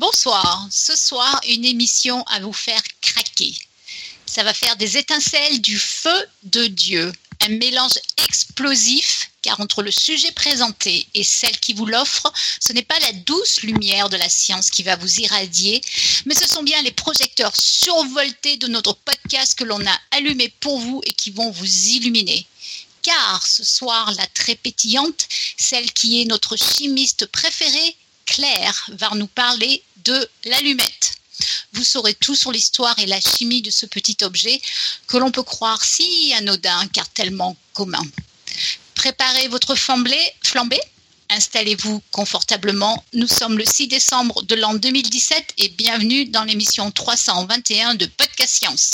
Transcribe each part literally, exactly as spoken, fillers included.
Bonsoir, ce soir une émission à vous faire craquer. Ça va faire des étincelles du feu de Dieu, un mélange explosif car entre le sujet présenté et celle qui vous l'offre, ce n'est pas la douce lumière de la science qui va vous irradier, mais ce sont bien les projecteurs survoltés de notre podcast que l'on a allumés pour vous et qui vont vous illuminer. Car ce soir, la très pétillante, celle qui est notre chimiste préférée, Claire, va nous parler de l'allumette. Vous saurez tout sur l'histoire et la chimie de ce petit objet que l'on peut croire si anodin car tellement commun. Préparez votre flambée, flambée, installez-vous confortablement. Nous sommes le six décembre de l'an deux mille dix-sept et bienvenue dans l'émission trois cent vingt et un de Podcast Science.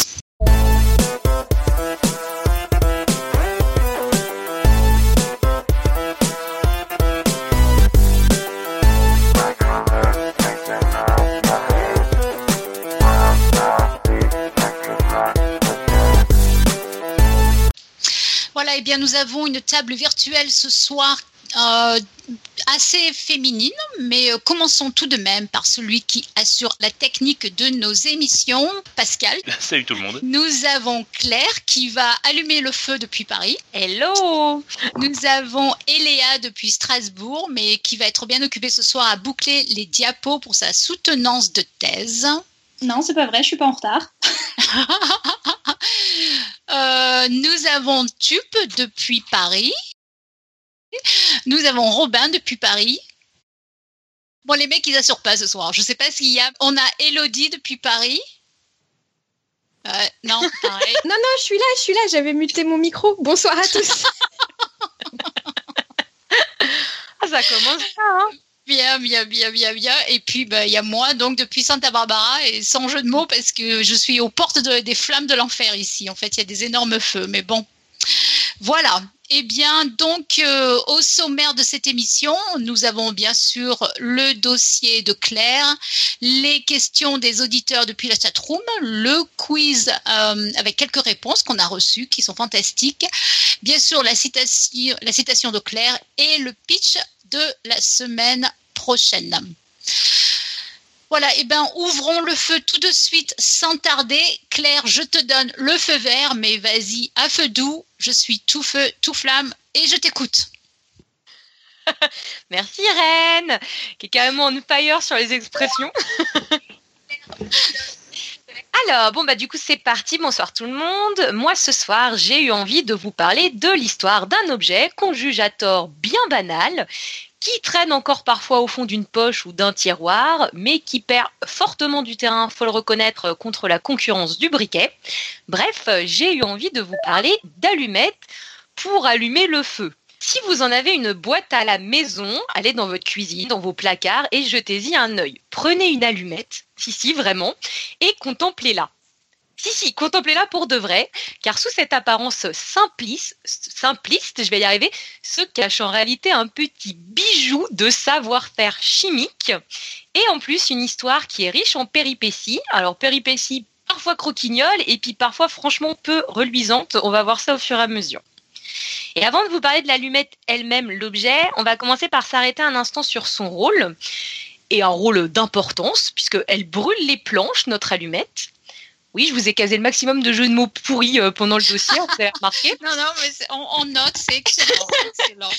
Voilà, eh bien, nous avons une table virtuelle ce soir euh, assez féminine, mais euh, commençons tout de même par celui qui assure la technique de nos émissions, Pascal. Salut tout le monde. Nous avons Claire qui va allumer le feu depuis Paris. Hello. Nous avons Eléa depuis Strasbourg, mais qui va être bien occupée ce soir à boucler les diapos pour sa soutenance de thèse. Non, c'est pas vrai, je suis pas en retard. euh, nous avons Tup depuis Paris. Nous avons Robin depuis Paris. Bon, les mecs, ils assurent pas ce soir. Je sais pas s'il y a... On a Elodie depuis Paris. Euh, non, pareil. non, non, je suis là, je suis là. J'avais muté mon micro. Bonsoir à tous. ah, ça commence pas, hein. Bien, bien, bien, bien, bien. Et puis, bah, il y a moi, donc, depuis Santa Barbara, et sans jeu de mots, parce que je suis aux portes de, des flammes de l'enfer ici. En fait, il y a des énormes feux, mais bon. Voilà. Eh bien, donc, euh, au sommaire de cette émission, nous avons bien sûr le dossier de Claire, les questions des auditeurs depuis la chatroom, le quiz euh, avec quelques réponses qu'on a reçues, qui sont fantastiques, bien sûr la citation, la citation de Claire et le pitch de la semaine prochaine. Voilà, et eh bien, ouvrons le feu tout de suite sans tarder. Claire, je te donne le feu vert, mais vas-y, à feu doux, je suis tout feu, tout flamme, et je t'écoute. Merci Reine, qui est quand même on fire sur les expressions. Alors, bon, bah du coup, c'est parti. Bonsoir tout le monde. Moi, ce soir, j'ai eu envie de vous parler de l'histoire d'un objet qu'on juge à tort bien banal, qui traîne encore parfois au fond d'une poche ou d'un tiroir, mais qui perd fortement du terrain, faut le reconnaître, contre la concurrence du briquet. Bref, j'ai eu envie de vous parler d'allumettes pour allumer le feu. Si vous en avez une boîte à la maison, allez dans votre cuisine, dans vos placards et jetez-y un œil. Prenez une allumette, si si vraiment, et contemplez-la. Si, si, contemplez-la pour de vrai, car sous cette apparence simpliste, simpliste, je vais y arriver, se cache en réalité un petit bijou de savoir-faire chimique et en plus une histoire qui est riche en péripéties. Alors, péripéties parfois croquignoles et puis parfois franchement peu reluisantes. On va voir ça au fur et à mesure. Et avant de vous parler de l'allumette elle-même, l'objet, on va commencer par s'arrêter un instant sur son rôle et un rôle d'importance puisqu'elle brûle les planches, notre allumette. Oui, je vous ai casé le maximum de jeux de mots pourris euh, pendant le dossier, vous avez remarqué. Non, non, mais c'est, on, on note, c'est excellent, excellent.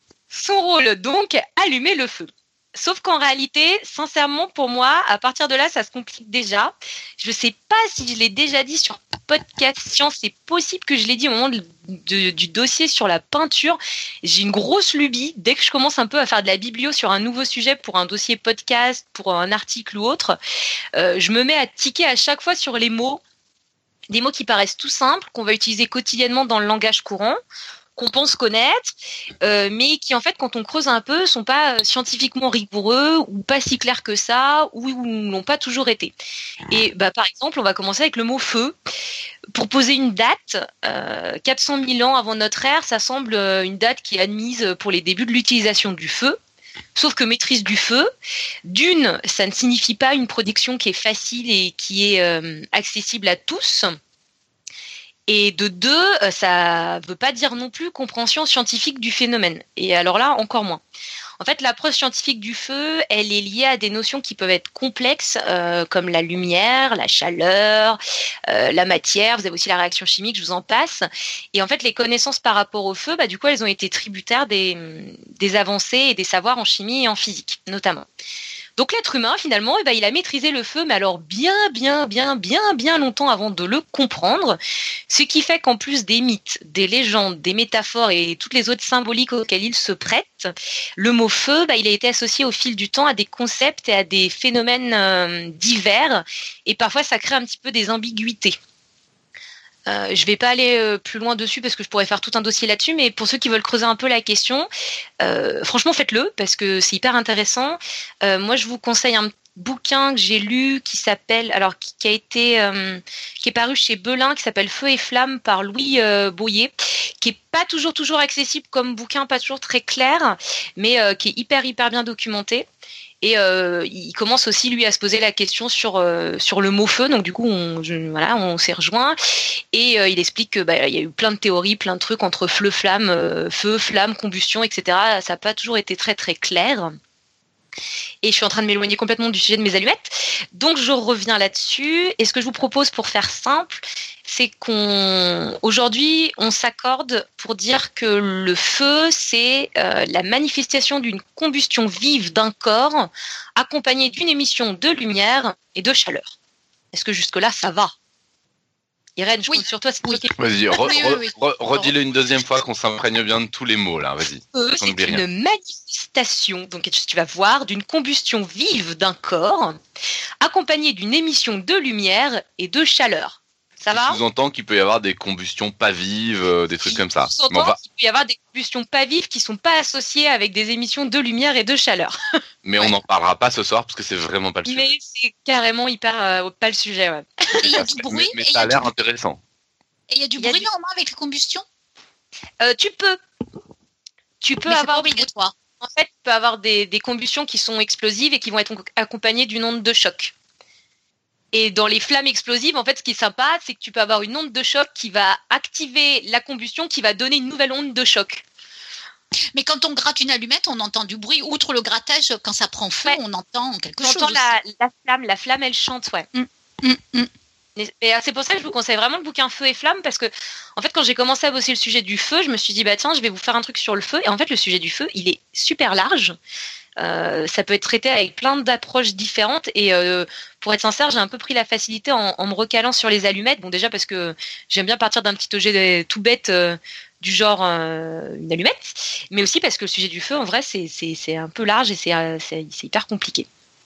Son rôle, donc, allumer le feu. Sauf qu'en réalité, sincèrement, pour moi, à partir de là, ça se complique déjà. Je ne sais pas si je l'ai déjà dit sur Podcast Science. C'est possible que je l'ai dit au moment de, de, du dossier sur la peinture. J'ai une grosse lubie. Dès que je commence un peu à faire de la biblio sur un nouveau sujet pour un dossier podcast, pour un article ou autre, euh, je me mets à tiquer à chaque fois sur les mots. Des mots qui paraissent tout simples, qu'on va utiliser quotidiennement dans le langage courant, qu'on pense connaître, euh, mais qui en fait, quand on creuse un peu, sont pas scientifiquement rigoureux ou pas si clairs que ça, ou, ou n'ont pas toujours été. Et bah, par exemple, on va commencer avec le mot feu. Pour poser une date, euh, quatre cent mille ans avant notre ère, ça semble une date qui est admise pour les débuts de l'utilisation du feu. Sauf que maîtrise du feu, d'une, ça ne signifie pas une production qui est facile et qui est euh, accessible à tous. Et de deux, ça ne veut pas dire non plus compréhension scientifique du phénomène. Et alors là, encore moins. En fait, l'approche scientifique du feu, elle est liée à des notions qui peuvent être complexes, euh, comme la lumière, la chaleur, euh, la matière. Vous avez aussi la réaction chimique, je vous en passe. Et en fait, les connaissances par rapport au feu, bah, du coup, elles ont été tributaires des, des avancées et des savoirs en chimie et en physique, notamment. Donc l'être humain, finalement, eh ben, il a maîtrisé le feu, mais alors bien, bien, bien, bien, bien longtemps avant de le comprendre. Ce qui fait qu'en plus des mythes, des légendes, des métaphores et toutes les autres symboliques auxquelles il se prête, le mot feu, bah, il a été associé au fil du temps à des concepts et à des phénomènes euh, divers. Et parfois, ça crée un petit peu des ambiguïtés. Euh, je ne vais pas aller euh, plus loin dessus parce que je pourrais faire tout un dossier là-dessus, mais pour ceux qui veulent creuser un peu la question, euh, franchement faites-le parce que c'est hyper intéressant. Euh, moi je vous conseille un bouquin que j'ai lu qui s'appelle, alors qui, qui a été, euh, qui est paru chez Belin, qui s'appelle Feu et Flamme par Louis euh, Boyer, qui est pas toujours toujours accessible comme bouquin, pas toujours très clair, mais euh, qui est hyper hyper bien documenté. Et euh, il commence aussi lui à se poser la question sur euh, sur le mot feu. Donc du coup, on je, voilà, on s'est rejoint et euh, il explique que bah il y a eu plein de théories, plein de trucs entre feu, flamme, euh, feu, flamme, combustion, et cetera. Ça n'a pas toujours été très très clair. Et je suis en train de m'éloigner complètement du sujet de mes allumettes. Donc je reviens là-dessus. Et ce que je vous propose pour faire simple, c'est qu'on aujourd'hui on s'accorde pour dire que le feu c'est euh, la manifestation d'une combustion vive d'un corps accompagnée d'une émission de lumière et de chaleur. Est-ce que jusque là ça va? Irène, je oui. compte sur toi. C'est oui. Vas-y, re, oui, re, oui, oui. re, redis-le une deuxième fois qu'on s'imprègne bien de tous les mots là. Vas-y. Feu, c'est une rien. manifestation, donc tu vas voir, d'une combustion vive d'un corps accompagnée d'une émission de lumière et de chaleur. Ça va? Sous-entend qu'il peut y avoir des combustions pas vives, euh, des trucs Il comme ça. Sous-entend va... qu'il peut y avoir des combustions pas vives qui sont pas associées avec des émissions de lumière et de chaleur. Mais ouais. On n'en parlera pas ce soir parce que c'est vraiment pas le sujet. Mais c'est carrément hyper euh, pas le sujet. Ouais. Et il y a du bruit. Mais, mais ça a l'air du... intéressant. Et il y a du bruit du... normalement avec les combustions. Euh, tu peux. Tu peux mais avoir. C'est pas obligatoire. En fait, tu peux avoir des, des combustions qui sont explosives et qui vont être accompagnées d'une onde de choc. Et dans les flammes explosives, en fait, ce qui est sympa, c'est que tu peux avoir une onde de choc qui va activer la combustion, qui va donner une nouvelle onde de choc. Mais quand on gratte une allumette, on entend du bruit. Outre le grattage, quand ça prend feu, ouais. on entend quelque on chose. On entend la, la flamme. La flamme, elle chante, ouais. Mm, mm, mm. Et c'est pour ça que je vous conseille vraiment le bouquin Feu et Flamme, parce que, en fait, quand j'ai commencé à bosser le sujet du feu, je me suis dit, bah tiens, je vais vous faire un truc sur le feu. Et en fait, le sujet du feu, il est super large. Euh, ça peut être traité avec plein d'approches différentes et euh, pour être sincère, j'ai un peu pris la facilité en, en me recalant sur les allumettes. Bon, déjà parce que j'aime bien partir d'un petit objet tout bête euh, du genre euh, une allumette, mais aussi parce que le sujet du feu, en vrai, c'est, c'est, c'est un peu large et c'est, euh, c'est, c'est hyper compliqué.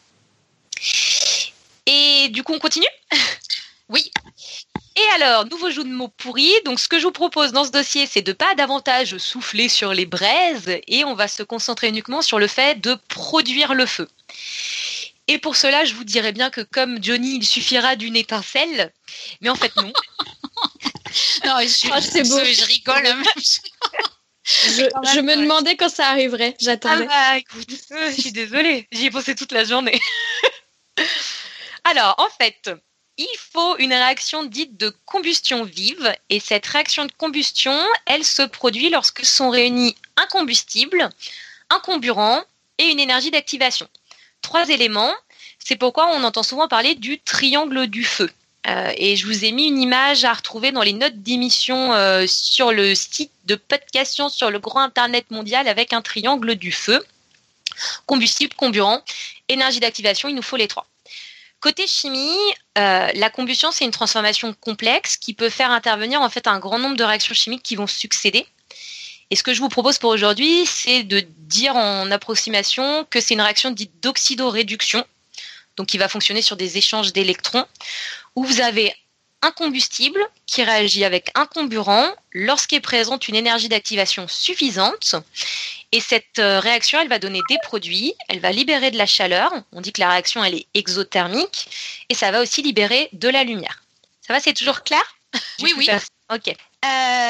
Et du coup, on continue ? Oui. Et alors, nouveau jeu de mots pourri. Donc, ce que je vous propose dans ce dossier, c'est de pas davantage souffler sur les braises et on va se concentrer uniquement sur le fait de produire le feu. Et pour cela, je vous dirais bien que comme Johnny, il suffira d'une étincelle. Mais en fait, non. non, je, oh, c'est beau. Je rigole. je, je me demandais quand ça arriverait. J'attendais. Ah bah, écoute, euh, je suis désolée. J'y ai pensé toute la journée. Alors, en fait... il faut une réaction dite de combustion vive et cette réaction de combustion, elle se produit lorsque sont réunis un combustible, un comburant et une énergie d'activation. Trois éléments, c'est pourquoi on entend souvent parler du triangle du feu. Euh, et je vous ai mis une image à retrouver dans les notes d'émission euh, sur le site de podcast Science sur le grand internet mondial avec un triangle du feu. Combustible, comburant, énergie d'activation, il nous faut les trois. Côté chimie, euh, la combustion, c'est une transformation complexe qui peut faire intervenir en fait un grand nombre de réactions chimiques qui vont succéder. Et ce que je vous propose pour aujourd'hui, c'est de dire en approximation que c'est une réaction dite d'oxydoréduction, donc qui va fonctionner sur des échanges d'électrons, où vous avez un combustible qui réagit avec un comburant lorsqu'il présente une énergie d'activation suffisante. Et cette réaction, elle va donner des produits, elle va libérer de la chaleur. On dit que la réaction, elle est exothermique. Et ça va aussi libérer de la lumière. Ça va, c'est toujours clair ? Oui, oui. Ok. Euh,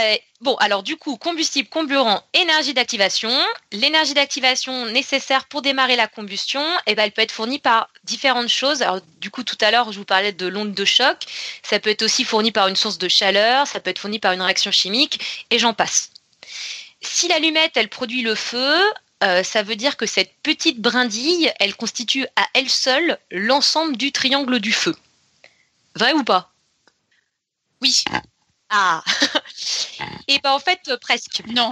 Bon, alors du coup, combustible, comburant, énergie d'activation. L'énergie d'activation nécessaire pour démarrer la combustion, eh ben, elle peut être fournie par différentes choses. Alors du coup, tout à l'heure, je vous parlais de l'onde de choc. Ça peut être aussi fourni par une source de chaleur, ça peut être fourni par une réaction chimique, et j'en passe. Si l'allumette, elle produit le feu, euh, ça veut dire que cette petite brindille, elle constitue à elle seule l'ensemble du triangle du feu. Vrai ou pas ? Oui. Ah. Et ben en fait, euh, presque. Non.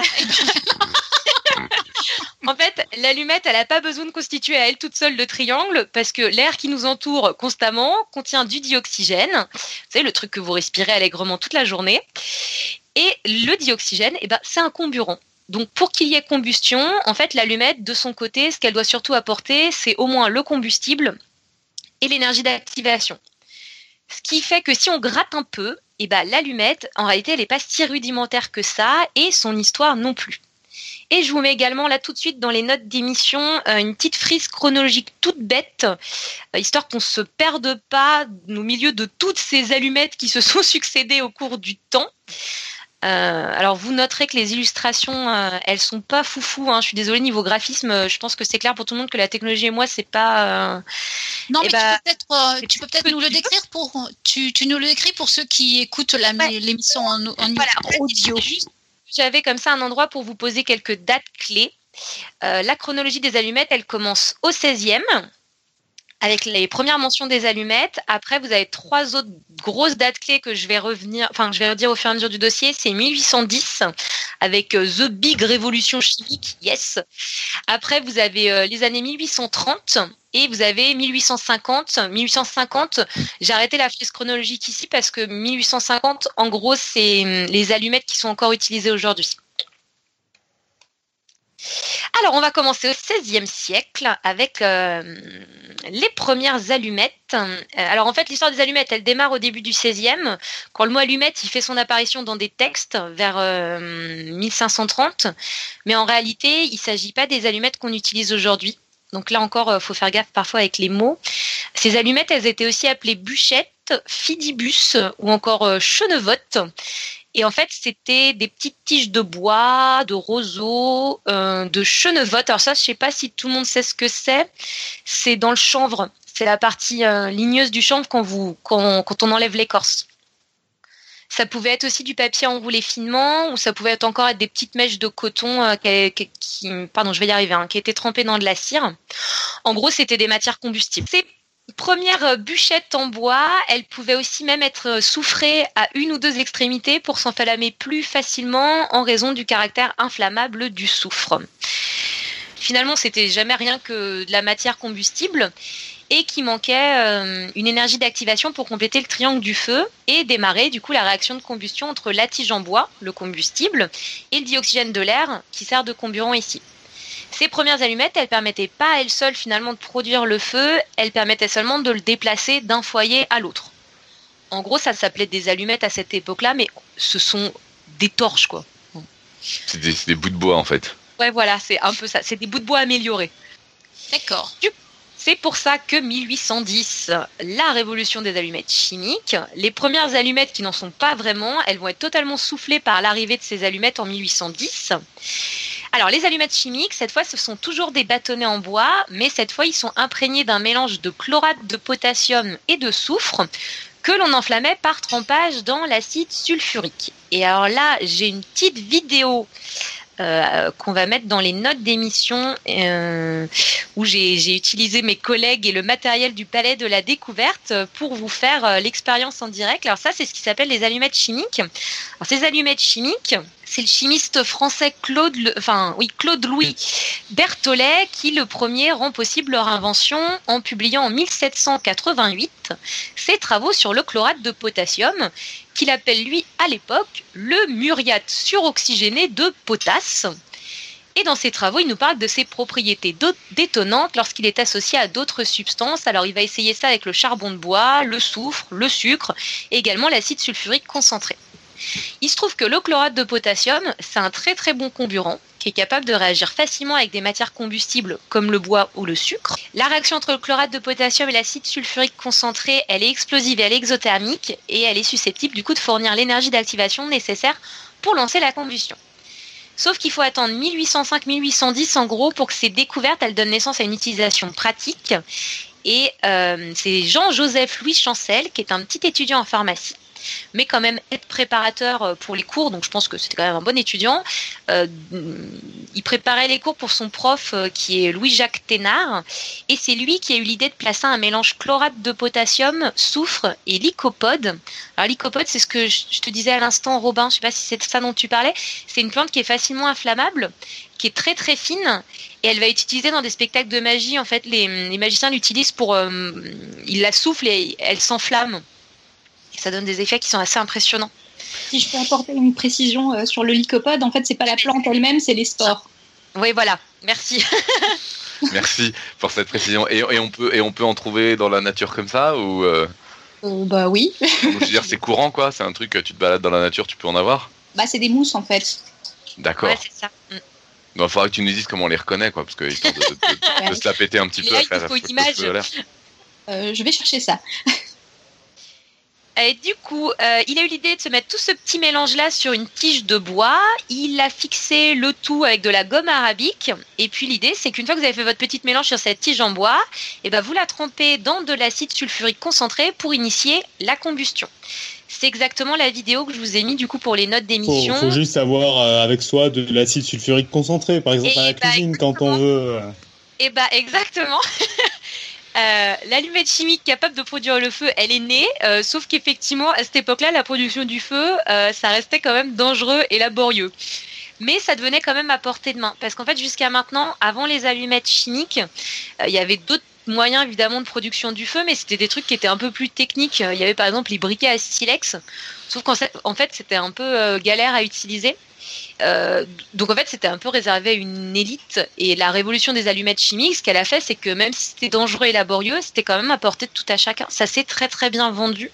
En fait, l'allumette, elle n'a pas besoin de constituer à elle toute seule le triangle parce que l'air qui nous entoure constamment contient du dioxygène. Vous savez, le truc que vous respirez allègrement toute la journée. Et le dioxygène, eh ben, c'est un comburant. Donc, pour qu'il y ait combustion, en fait, l'allumette, de son côté, ce qu'elle doit surtout apporter, c'est au moins le combustible et l'énergie d'activation. Ce qui fait que si on gratte un peu, eh ben, l'allumette, en réalité, elle n'est pas si rudimentaire que ça et son histoire non plus. Et je vous mets également là tout de suite dans les notes d'émission euh, une petite frise chronologique toute bête, euh, histoire qu'on ne se perde pas au milieu de toutes ces allumettes qui se sont succédées au cours du temps. Euh, alors vous noterez que les illustrations, euh, elles sont pas foufou. Hein. Je suis désolée niveau graphisme, je pense que c'est clair pour tout le monde que la technologie et moi c'est pas. Euh... Non, eh mais bah, tu peux peut-être, euh, tu peux peut-être nous le décrire pour, tu, tu nous le décris pour ceux qui écoutent la, ouais. l'émission en, en voilà, audio. Juste, j'avais comme ça un endroit pour vous poser quelques dates clés. Euh, la chronologie des allumettes, elle commence au seizième. Avec les premières mentions des allumettes. Après, vous avez trois autres grosses dates clés que je vais revenir, enfin, je vais redire au fur et à mesure du dossier. C'est mille huit cent dix avec The Big Révolution chimique. Yes. Après, vous avez euh, les années mille huit cent trente et vous avez mille huit cent cinquante. mille huit cent cinquante, j'ai arrêté la frise chronologique ici parce que mille huit cent cinquante, en gros, c'est les allumettes qui sont encore utilisées aujourd'hui. Alors, on va commencer au seizième siècle avec euh, les premières allumettes. Alors, en fait, l'histoire des allumettes, elle démarre au début du seizième, quand le mot allumette, il fait son apparition dans des textes vers euh, mille cinq cent trente. Mais en réalité, il ne s'agit pas des allumettes qu'on utilise aujourd'hui. Donc là encore, il faut faire gaffe parfois avec les mots. Ces allumettes, elles étaient aussi appelées bûchettes, fidibus ou encore euh, chenevottes. Et en fait, c'était des petites tiges de bois, de roseaux, euh, de chenevottes. Alors ça, je ne sais pas si tout le monde sait ce que c'est. C'est dans le chanvre. C'est la partie euh, ligneuse du chanvre quand, vous, quand, quand on enlève l'écorce. Ça pouvait être aussi du papier enroulé finement ou ça pouvait être encore être des petites mèches de coton euh, qui, qui, pardon, je vais y arriver, hein, qui étaient trempées dans de la cire. En gros, c'était des matières combustibles. C'est Première bûchette en bois, elle pouvait aussi même être soufrée à une ou deux extrémités pour s'enflammer plus facilement en raison du caractère inflammable du soufre. Finalement, c'était jamais rien que de la matière combustible et qui manquait euh, une énergie d'activation pour compléter le triangle du feu et démarrer du coup la réaction de combustion entre la tige en bois, le combustible, et le dioxygène de l'air qui sert de comburant ici. Ces premières allumettes, elles ne permettaient pas à elles seules finalement de produire le feu, elles permettaient seulement de le déplacer d'un foyer à l'autre. En gros, ça s'appelait des allumettes à cette époque-là, mais ce sont des torches, quoi. C'est des, c'est des bouts de bois, en fait. Ouais, voilà, c'est un peu ça. C'est des bouts de bois améliorés. D'accord. C'est pour ça que mille huit cent dix, la révolution des allumettes chimiques, les premières allumettes qui n'en sont pas vraiment, elles vont être totalement soufflées par l'arrivée de ces allumettes en mille huit cent dix. Alors, les allumettes chimiques, cette fois, ce sont toujours des bâtonnets en bois, mais cette fois, ils sont imprégnés d'un mélange de chlorate de potassium et de soufre que l'on enflammait par trempage dans l'acide sulfurique. Et alors là, j'ai une petite vidéo euh, qu'on va mettre dans les notes d'émission euh, où j'ai, j'ai utilisé mes collègues et le matériel du Palais de la Découverte pour vous faire euh, l'expérience en direct. Alors ça, c'est ce qui s'appelle les allumettes chimiques. Alors ces allumettes chimiques, c'est le chimiste français Claude, le, enfin oui Claude Louis Berthollet qui le premier rend possible leur invention en publiant en mille sept cent quatre-vingt-huit ses travaux sur le chlorate de potassium qu'il appelle lui à l'époque le muriate suroxygéné de potasse. Et dans ses travaux, il nous parle de ses propriétés détonnantes lorsqu'il est associé à d'autres substances. Alors il va essayer ça avec le charbon de bois, le soufre, le sucre et également l'acide sulfurique concentré. Il se trouve que le chlorate de potassium, c'est un très très bon comburant qui est capable de réagir facilement avec des matières combustibles comme le bois ou le sucre. La réaction entre le chlorate de potassium et l'acide sulfurique concentré, elle est explosive et elle est exothermique et elle est susceptible du coup de fournir l'énergie d'activation nécessaire pour lancer la combustion. Sauf qu'il faut attendre mille huit cent cinq mille huit cent dix en gros pour que ces découvertes elles donnent naissance à une utilisation pratique. Et euh, c'est Jean-Joseph Louis Chancel qui est un petit étudiant en pharmacie, mais quand même être préparateur pour les cours, donc je pense que c'était quand même un bon étudiant. Euh, il préparait les cours pour son prof euh, qui est Louis-Jacques Thénard, et c'est lui qui a eu l'idée de placer un mélange chlorate de potassium, soufre et lycopode. Alors lycopode, c'est ce que je, je te disais à l'instant, Robin, je sais pas si c'est ça dont tu parlais, c'est une plante qui est facilement inflammable, qui est très très fine, et elle va être utilisée dans des spectacles de magie. En fait, les, les magiciens l'utilisent pour... Euh, ils la soufflent et elle s'enflamme. Et ça donne des effets qui sont assez impressionnants. Si je peux apporter une précision euh, sur le lycopode, en fait, c'est pas la plante elle-même, c'est les spores. Oui, voilà. Merci. Merci pour cette précision. Et, et, on peut, et on peut en trouver dans la nature comme ça ou euh... Euh, bah oui. Je veux dire, c'est courant, quoi. C'est un truc que tu te balades dans la nature, tu peux en avoir. Bah, c'est des mousses, en fait. D'accord. Ouais, c'est ça. Mm. Il faudra que tu nous dises comment on les reconnaît, quoi, parce que histoire de, de, de, de se la péter un petit Et peu là, après. il faut la- une image. la- Euh, je vais chercher ça. Et du coup, euh, il a eu l'idée de se mettre tout ce petit mélange-là sur une tige de bois. Il a fixé le tout avec de la gomme arabique. Et puis l'idée, c'est qu'une fois que vous avez fait votre petit mélange sur cette tige en bois, et ben vous la trempez dans de l'acide sulfurique concentré pour initier la combustion. C'est exactement la vidéo que je vous ai mis du coup pour les notes Faut, d'émission. faut juste avoir euh, avec soi de l'acide sulfurique concentré, par exemple Et à la bah, cuisine quand on veut. euh. Et bah exactement. Euh, l'allumette chimique capable de produire le feu, elle est née, euh, sauf qu'effectivement, à cette époque-là, la production du feu, euh, ça restait quand même dangereux et laborieux. Mais ça devenait quand même à portée de main. Parce qu'en fait, jusqu'à maintenant, avant les allumettes chimiques, euh, il y avait d'autres moyens évidemment de production du feu, mais c'était des trucs qui étaient un peu plus techniques. Il y avait par exemple les briquets à silex, sauf qu'en fait, en fait c'était un peu euh, galère à utiliser. Euh, donc en fait c'était un peu réservé à une élite, et la révolution des allumettes chimiques, ce qu'elle a fait, c'est que même si c'était dangereux et laborieux, c'était quand même à portée de tout à chacun. Ça s'est très très bien vendu.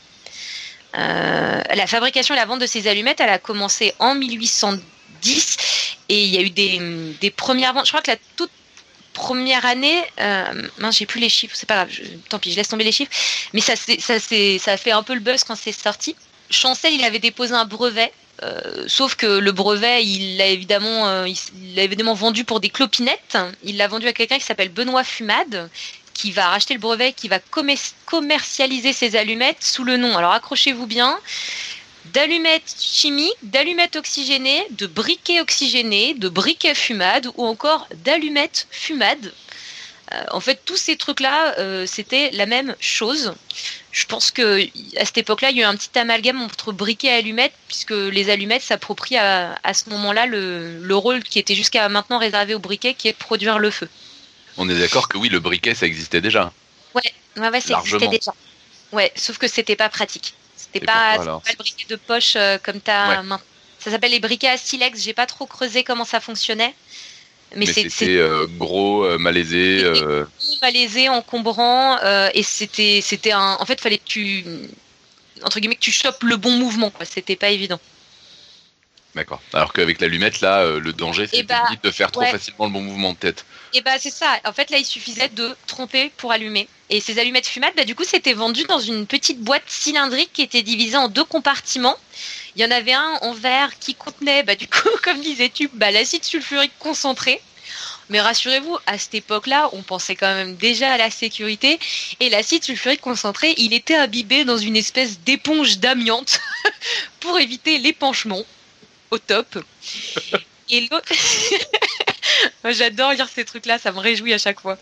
Euh, la fabrication et la vente de ces allumettes, elle a commencé en mille huit cent dix, et il y a eu des, des premières ventes. Je crois que la toute première année, euh, mince, j'ai plus les chiffres, c'est pas grave, je, tant pis, je laisse tomber les chiffres, mais ça, c'est, ça, c'est, ça a fait un peu le buzz quand c'est sorti. Chancel, il avait déposé un brevet. Euh, sauf que le brevet, il l'a évidemment, euh, il l'a évidemment vendu pour des clopinettes. Il l'a vendu à quelqu'un qui s'appelle Benoît Fumade, qui va racheter le brevet, qui va commer- commercialiser ses allumettes sous le nom, alors accrochez-vous bien, d'allumettes chimiques, d'allumettes oxygénées, de briquets oxygénés, de briquets fumades ou encore d'allumettes fumades. Euh, en fait, tous ces trucs-là, euh, c'était la même chose. Je pense que à cette époque-là, il y a eu un petit amalgame entre briquet et allumettes, puisque les allumettes s'approprient à, à ce moment-là le, le rôle qui était jusqu'à maintenant réservé au briquet, qui est de produire le feu. On est d'accord que oui, le briquet, ça existait déjà. Ouais, ouais, ouais, ça Largement. existait déjà. Ouais, sauf que c'était pas pratique. C'était Et pas, pourquoi, alors c'était pas le briquet de poche euh, comme t'as Ouais. maintenant. Ça s'appelle les briquets à silex. J'ai pas trop creusé comment ça fonctionnait, mais, Mais, c'est, c'était c'est euh, gros, euh, malaisé. C'était- euh, malaisé, encombrant, euh, et c'était, c'était un. En fait, fallait que tu, entre guillemets, que tu chopes le bon mouvement, quoi. C'était pas évident. D'accord. Alors qu'avec l'allumette, là, euh, le danger, c'est bah, de faire trop ouais. facilement le bon mouvement de tête. Et bah c'est ça. En fait, là, il suffisait de tromper pour allumer. Et ces allumettes fumades, bah, du coup, c'était vendu dans une petite boîte cylindrique qui était divisée en deux compartiments. Il y en avait un en verre qui contenait, bah, du coup, comme disais-tu, bah, l'acide sulfurique concentré. Mais rassurez-vous, à cette époque-là, on pensait quand même déjà à la sécurité. Et l'acide sulfurique concentré, il était imbibé dans une espèce d'éponge d'amiante pour éviter l'épanchement. Au top. Et l'autre... Moi, j'adore lire ces trucs-là, ça me réjouit à chaque fois.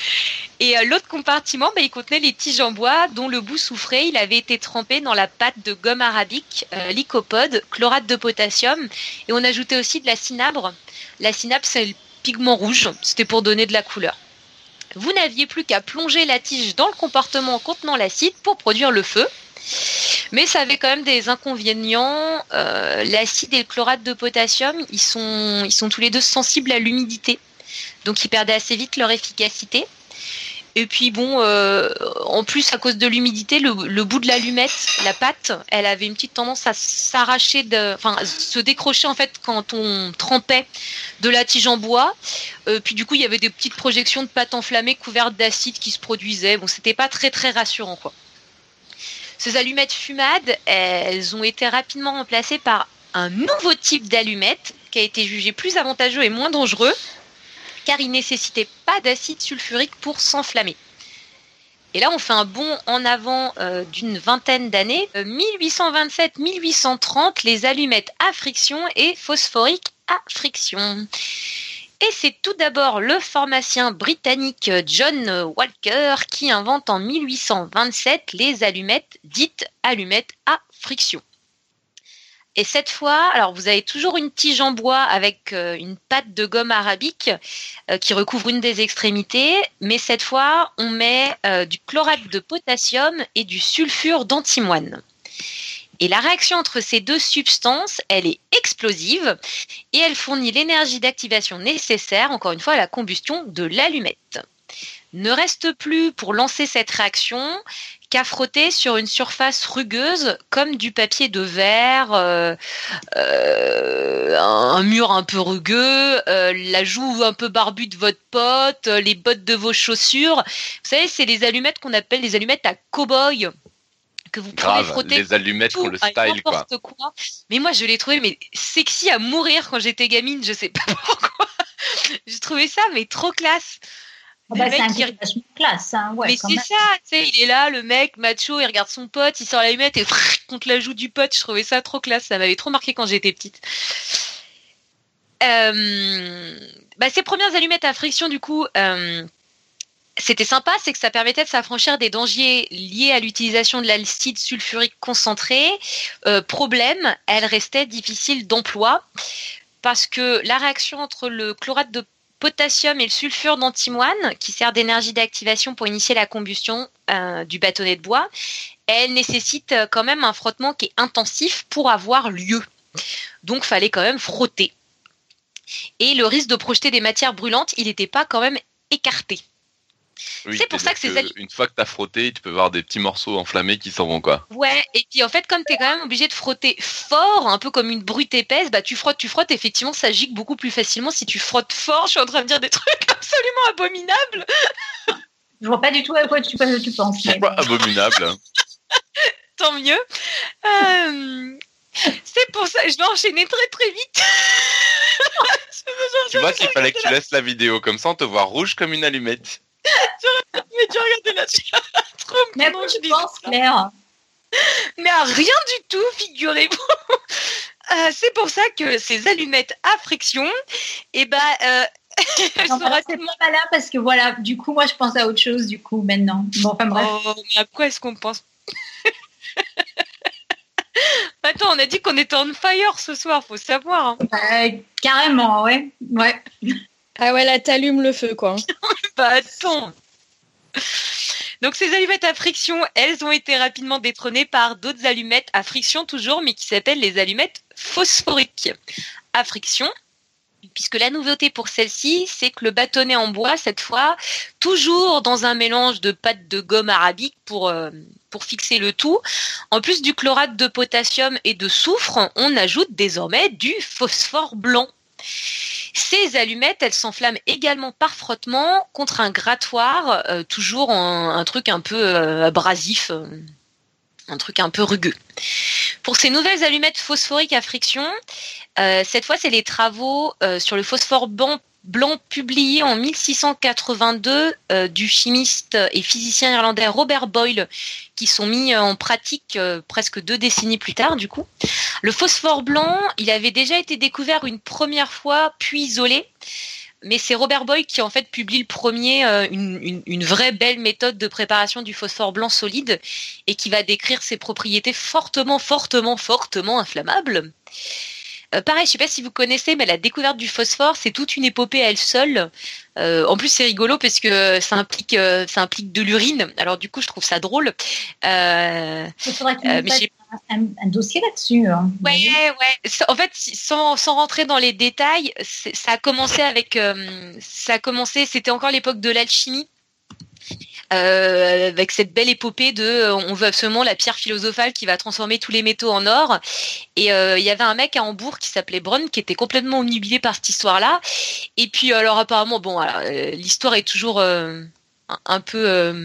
Et euh, l'autre compartiment, bah, il contenait les tiges en bois dont le bout souffré, il avait été trempé dans la pâte de gomme arabique, euh, lycopode, chlorate de potassium, et on ajoutait aussi de la cinabre. La cinabre, c'est le pigment rouge, c'était pour donner de la couleur. Vous n'aviez plus qu'à plonger la tige dans le compartiment contenant l'acide pour produire le feu. Mais ça avait quand même des inconvénients. Euh, l'acide et le chlorate de potassium, ils sont, ils sont tous les deux sensibles à l'humidité. Donc ils perdaient assez vite leur efficacité. Et puis bon, euh, en plus à cause de l'humidité, le, le bout de l'allumette, la pâte, elle avait une petite tendance à s'arracher, de, enfin se décrocher en fait quand on trempait de la tige en bois. Euh, puis du coup, il y avait des petites projections de pâte enflammée couvertes d'acide qui se produisaient. Bon, c'était pas très très rassurant quoi. Ces allumettes fumades, elles ont été rapidement remplacées par un nouveau type d'allumette qui a été jugé plus avantageux et moins dangereux, car il ne nécessitait pas d'acide sulfurique pour s'enflammer. Et là, on fait un bond en avant euh, d'une vingtaine d'années. Euh, mille huit cent vingt-sept mille huit cent trente, les allumettes à friction et phosphoriques à friction. Et c'est tout d'abord le pharmacien britannique John Walker qui invente en mille huit cent vingt-sept les allumettes dites allumettes à friction. Et cette fois, alors vous avez toujours une tige en bois avec euh, une pâte de gomme arabique euh, qui recouvre une des extrémités, mais cette fois, on met euh, du chlorate de potassium et du sulfure d'antimoine. Et la réaction entre ces deux substances, elle est explosive et elle fournit l'énergie d'activation nécessaire, encore une fois, à la combustion de l'allumette. Ne reste plus pour lancer cette réaction qu'à frotter sur une surface rugueuse comme du papier de verre, euh, euh, un mur un peu rugueux, euh, la joue un peu barbue de votre pote, les bottes de vos chaussures. Vous savez, c'est les allumettes qu'on appelle les allumettes à cow-boy, que vous pouvez Grave, frotter les allumettes qu'on le style, quoi. quoi. Mais moi, je l'ai trouvé mais sexy à mourir quand j'étais gamine, je sais pas pourquoi. J'ai trouvé ça mais trop classe. Oh bah, c'est un qui... classe, hein. Ouais, mais c'est même. ça, tu sais, il est là, le mec macho, il regarde son pote, il sort l'allumette et frrr, contre la joue du pote. Je trouvais ça trop classe, ça m'avait trop marqué quand j'étais petite. Euh, bah, ces premières allumettes à friction, du coup, euh, c'était sympa, c'est que ça permettait de s'affranchir des dangers liés à l'utilisation de l'acide sulfurique concentré. Euh, problème, elle restait difficile d'emploi parce que la réaction entre le chlorate de potassium et le sulfure d'antimoine, qui sert d'énergie d'activation pour initier la combustion euh, du bâtonnet de bois, elle nécessite quand même un frottement qui est intensif pour avoir lieu. Donc, il fallait quand même frotter. Et le risque de projeter des matières brûlantes, il n'était pas quand même écarté. Oui, c'est pour ça que, que ces allumettes... Une fois que tu as frotté, tu peux voir des petits morceaux enflammés qui s'en vont, quoi. Ouais, et puis en fait, comme tu es quand même obligé de frotter fort, un peu comme une brute épaisse, bah tu frottes, tu frottes, effectivement, ça gicle beaucoup plus facilement si tu frottes fort. Je suis en train de dire des trucs absolument abominables. Je vois pas du tout à quoi tu, tu penses. C'est pas abominable. Tant mieux. Euh... C'est pour ça, je vais enchaîner très très vite. Tu vois qu'il fallait que tu laisses la vidéo, comme ça on te voit rouge comme une allumette. Mais tu regardes là-dessus. Trop mais après, je pense, Claire. Mais à rien du tout, figurez-vous. Euh, c'est pour ça que ces allumettes à friction, et eh ben, euh, non, bah, c'est pas malin parce que voilà, du coup, moi, je pense à autre chose, du coup, maintenant. Bon, enfin bref. Oh, à quoi est-ce qu'on pense? Attends, on a dit qu'on était on fire ce soir, faut savoir. Hein. Euh, carrément, ouais, ouais. Ah ouais, là, t'allumes le feu, quoi. Bah attends. Donc ces allumettes à friction, elles ont été rapidement détrônées par d'autres allumettes à friction toujours, mais qui s'appellent les allumettes phosphoriques à friction. Puisque la nouveauté pour celle-ci, c'est que le bâtonnet en bois, cette fois, toujours dans un mélange de pâte de gomme arabique pour, euh, pour fixer le tout. En plus du chlorate de potassium et de soufre, on ajoute désormais du phosphore blanc. Ces allumettes, elles s'enflamment également par frottement contre un grattoir, euh, toujours en, un truc un peu euh, abrasif, euh, un truc un peu rugueux. Pour ces nouvelles allumettes phosphoriques à friction, euh, cette fois, c'est les travaux euh, sur le phosphore blanc, blanc publiés en mille six cent quatre-vingt-deux euh, du chimiste et physicien irlandais Robert Boyle qui sont mis en pratique euh, presque deux décennies plus tard, du coup. Le phosphore blanc, il avait déjà été découvert une première fois, puis isolé. Mais c'est Robert Boyle qui en fait publie le premier euh, une, une, une vraie belle méthode de préparation du phosphore blanc solide et qui va décrire ses propriétés fortement, fortement, fortement inflammables. Euh, pareil, je sais pas si vous connaissez, mais la découverte du phosphore, c'est toute une épopée à elle seule. Euh, en plus, c'est rigolo parce que ça implique, euh, ça implique de l'urine. Alors du coup, je trouve ça drôle. Euh, Il faudrait qu'il euh, fasse un, un dossier là-dessus. Hein. Ouais, ouais. En fait, sans, sans rentrer dans les détails, ça a commencé avec, euh, ça a commencé, c'était encore l'époque de l'alchimie. Euh, avec cette belle épopée de euh, on veut absolument la pierre philosophale qui va transformer tous les métaux en or. Et euh, il y avait un mec à Hambourg qui s'appelait Braun qui était complètement omnubilé par cette histoire-là. Et puis alors apparemment, bon, alors, euh, l'histoire est toujours euh, un, un peu euh,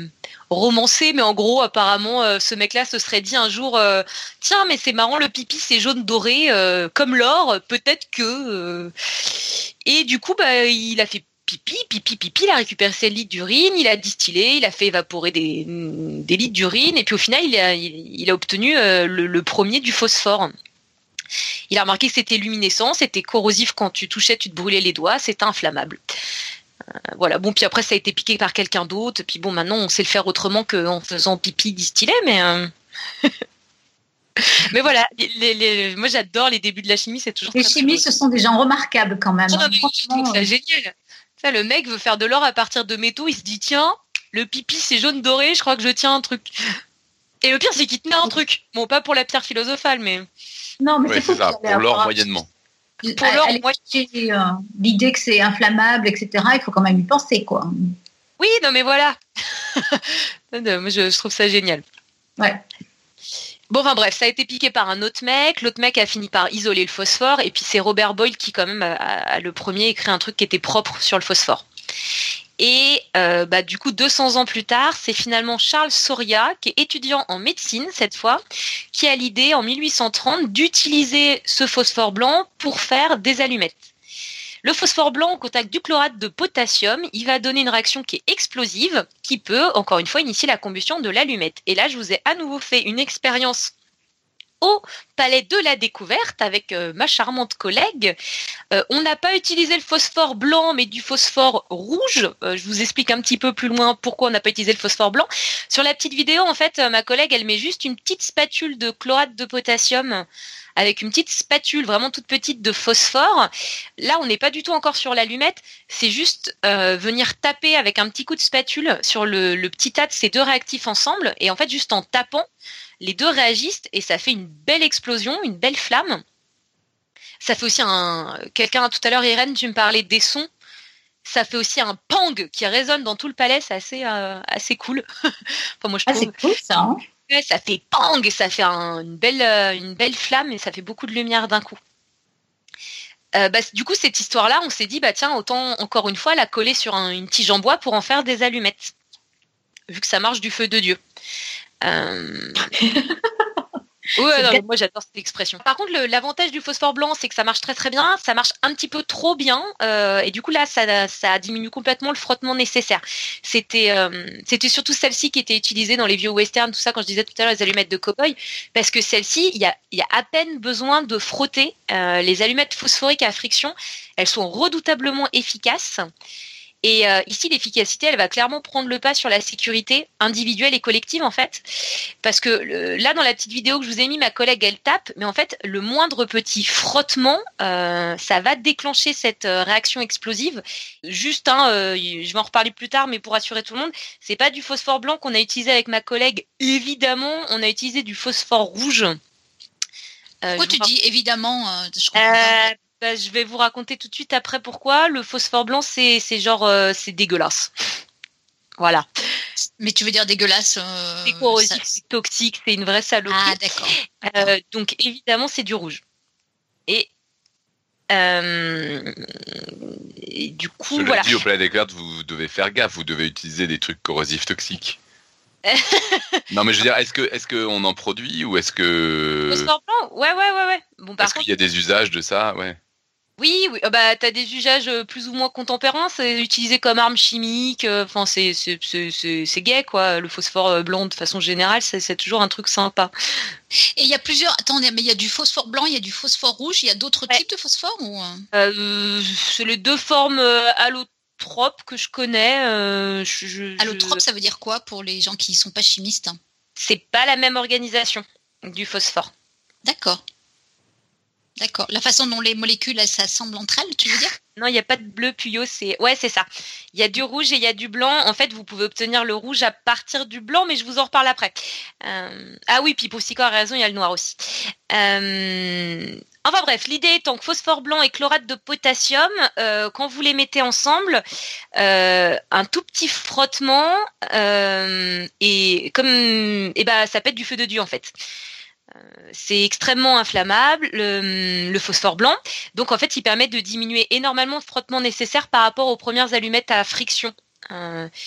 romancé, mais en gros, apparemment, euh, ce mec-là se serait dit un jour, euh, tiens, mais c'est marrant, le pipi c'est jaune doré, euh, comme l'or, peut-être que. Euh... Et du coup, bah, il a fait pipi, pipi, pipi, il a récupéré ses litres d'urine, il a distillé, il a fait évaporer des, des litres d'urine, et puis au final, il a, il, il a obtenu euh, le, le premier du phosphore. Il a remarqué que c'était luminescent, c'était corrosif quand tu touchais, tu te brûlais les doigts, c'était inflammable. Euh, voilà, bon, puis après, ça a été piqué par quelqu'un d'autre, puis bon, maintenant, on sait le faire autrement qu'en faisant pipi distillé, mais... Euh... Mais voilà, les, les, moi j'adore les débuts de la chimie, c'est toujours les très, chimistes, très ce sont des gens remarquables quand même. non, non, mais je trouve ça euh... génial. Ça, le mec veut faire de l'or à partir de métaux, il se dit tiens, le pipi c'est jaune doré, je crois que je tiens un truc. Et le pire c'est qu'il tenait un truc. Bon, pas pour la pierre philosophale, mais. Non, mais ouais, c'est, c'est ça, pour l'or moyennement. Pour l'or, moi, j'ai euh, l'idée que c'est inflammable, et cetera. Il faut quand même y penser, quoi. Oui, non, mais voilà. Moi, je, je trouve ça génial. Ouais. Bon, enfin bref, ça a été piqué par un autre mec. L'autre mec a fini par isoler le phosphore. Et puis c'est Robert Boyle qui, quand même, a, a le premier écrit un truc qui était propre sur le phosphore. Et euh, bah, du coup, deux cents ans plus tard, c'est finalement Charles Soria, qui est étudiant en médecine cette fois, qui a l'idée en mille huit cent trente d'utiliser ce phosphore blanc pour faire des allumettes. Le phosphore blanc au contact du chlorate de potassium, il va donner une réaction qui est explosive, qui peut, encore une fois, initier la combustion de l'allumette. Et là, je vous ai à nouveau fait une expérience au Palais de la Découverte avec euh, ma charmante collègue. Euh, on n'a pas utilisé le phosphore blanc, mais du phosphore rouge. Euh, je vous explique un petit peu plus loin pourquoi on n'a pas utilisé le phosphore blanc. Sur la petite vidéo, en fait, euh, ma collègue, elle met juste une petite spatule de chlorate de potassium avec une petite spatule vraiment toute petite de phosphore. Là, on n'est pas du tout encore sur l'allumette. C'est juste euh, venir taper avec un petit coup de spatule sur le, le petit tas de ces deux réactifs ensemble. Et en fait, juste en tapant, les deux réagissent et ça fait une belle explosion, une belle flamme. Ça fait aussi un... Quelqu'un, tout à l'heure, Irène, tu me parlais des sons. Ça fait aussi un pang qui résonne dans tout le palais. C'est assez, euh, assez cool. Enfin, moi, je trouve... Ah, c'est cool, ça, hein. Ouais, ça fait pang et ça fait un, une, belle, euh, une belle flamme et ça fait beaucoup de lumière d'un coup. Euh, bah, du coup, cette histoire-là, on s'est dit, bah tiens, autant encore une fois la coller sur un, une tige en bois pour en faire des allumettes, vu que ça marche du feu de Dieu. Euh... Ouais, non, moi j'adore cette expression. Par contre, le, l'avantage du phosphore blanc, c'est que ça marche très très bien. Ça marche un petit peu trop bien, euh, et du coup là, ça, ça diminue complètement le frottement nécessaire. C'était, euh, c'était surtout celle-ci qui était utilisée dans les vieux westerns, tout ça. Quand je disais tout à l'heure les allumettes de cow-boy, parce que celle-ci, il y a, il y a à peine besoin de frotter. Euh, les allumettes phosphoriques à friction, elles sont redoutablement efficaces. Et euh, ici, l'efficacité, elle va clairement prendre le pas sur la sécurité individuelle et collective, en fait. Parce que le, là, dans la petite vidéo que je vous ai mis, ma collègue, elle tape. Mais en fait, le moindre petit frottement, euh, ça va déclencher cette euh, réaction explosive. Juste, hein, euh, je vais en reparler plus tard, mais pour rassurer tout le monde, c'est pas du phosphore blanc qu'on a utilisé avec ma collègue. Évidemment, on a utilisé du phosphore rouge. Euh, Pourquoi tu vous... dis évidemment euh, je comprends euh, pas. Bah, je vais vous raconter tout de suite après pourquoi. Le phosphore blanc, c'est, c'est genre, euh, c'est dégueulasse. Voilà. Mais tu veux dire dégueulasse euh, C'est corrosif, ça... c'est toxique, c'est une vraie saloperie. Ah, d'accord. Euh, donc, évidemment, c'est du rouge. Et, euh, et du coup, Cela voilà. dit, au Palais des Découvertes, vous devez faire gaffe, vous devez utiliser des trucs corrosifs toxiques. Non, mais je veux dire, est-ce que, est-ce qu'on en produit ou est-ce que. Phosphore blanc, ouais, ouais, ouais, ouais. Bon, par est-ce contre, qu'il y a des usages de ça, ouais. Oui, oui, bah t'as des usages plus ou moins contemporains, c'est utilisé comme arme chimique. Enfin, c'est c'est c'est c'est, c'est gay quoi. Le phosphore blanc de façon générale, c'est c'est toujours un truc sympa. Et il y a plusieurs. Attendez, mais il y a du phosphore blanc, il y a du phosphore rouge, il y a d'autres ouais. types de phosphore ou euh, c'est les deux formes allotropes que je connais. Euh, je, je, Allotrope, je... ça veut dire quoi pour les gens qui sont pas chimistes? C'est pas la même organisation du phosphore. D'accord. D'accord. La façon dont les molécules elles, s'assemblent entre elles, tu veux dire? Non, il n'y a pas de bleu puyo, c'est... Ouais, c'est ça. Il y a du rouge et il y a du blanc. En fait, vous pouvez obtenir le rouge à partir du blanc, mais je vous en reparle après. Euh... Ah oui, puis pour Psycho a raison, il y a le noir aussi. Euh... Enfin bref, l'idée étant que phosphore blanc et chlorate de potassium, euh, quand vous les mettez ensemble, euh, un tout petit frottement, euh, et comme... Et bah, ça pète du feu de Dieu, en fait. C'est extrêmement inflammable, le, le phosphore blanc. Donc, en fait, il permet de diminuer énormément le frottement nécessaire par rapport aux premières allumettes à friction. Euh,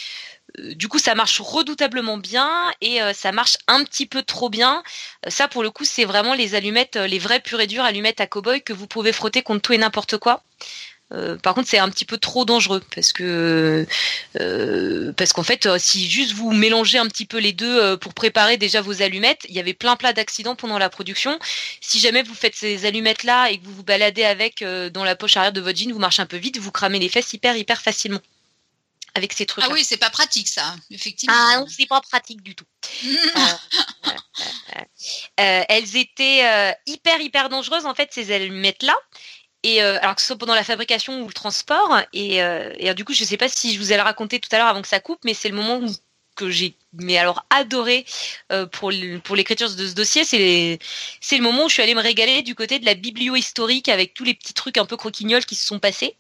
du coup, ça marche redoutablement bien et euh, ça marche un petit peu trop bien. Euh, ça, pour le coup, c'est vraiment les allumettes, euh, les vraies pures et dures allumettes à cow-boy que vous pouvez frotter contre tout et n'importe quoi. Euh, par contre, c'est un petit peu trop dangereux parce que euh, parce qu'en fait, euh, si juste vous mélangez un petit peu les deux euh, pour préparer déjà vos allumettes, il y avait plein plein d'accidents pendant la production. Si jamais vous faites ces allumettes là et que vous vous baladez avec euh, dans la poche arrière de votre jean, vous marchez un peu vite, vous cramez les fesses hyper hyper facilement avec ces trucs. Ah oui, c'est pas pratique ça, effectivement. Ah non, c'est pas pratique du tout. euh, euh, euh, euh, elles étaient euh, hyper hyper dangereuses en fait ces allumettes là. Et euh, alors que ce soit pendant la fabrication ou le transport, et, euh, et du coup, je sais pas si je vous ai le raconté tout à l'heure avant que ça coupe, mais c'est le moment où, que j'ai mais alors adoré euh, pour pour l'écriture de ce dossier, c'est les, c'est le moment où je suis allée me régaler du côté de la biblio-historique avec tous les petits trucs un peu croquignoles qui se sont passés.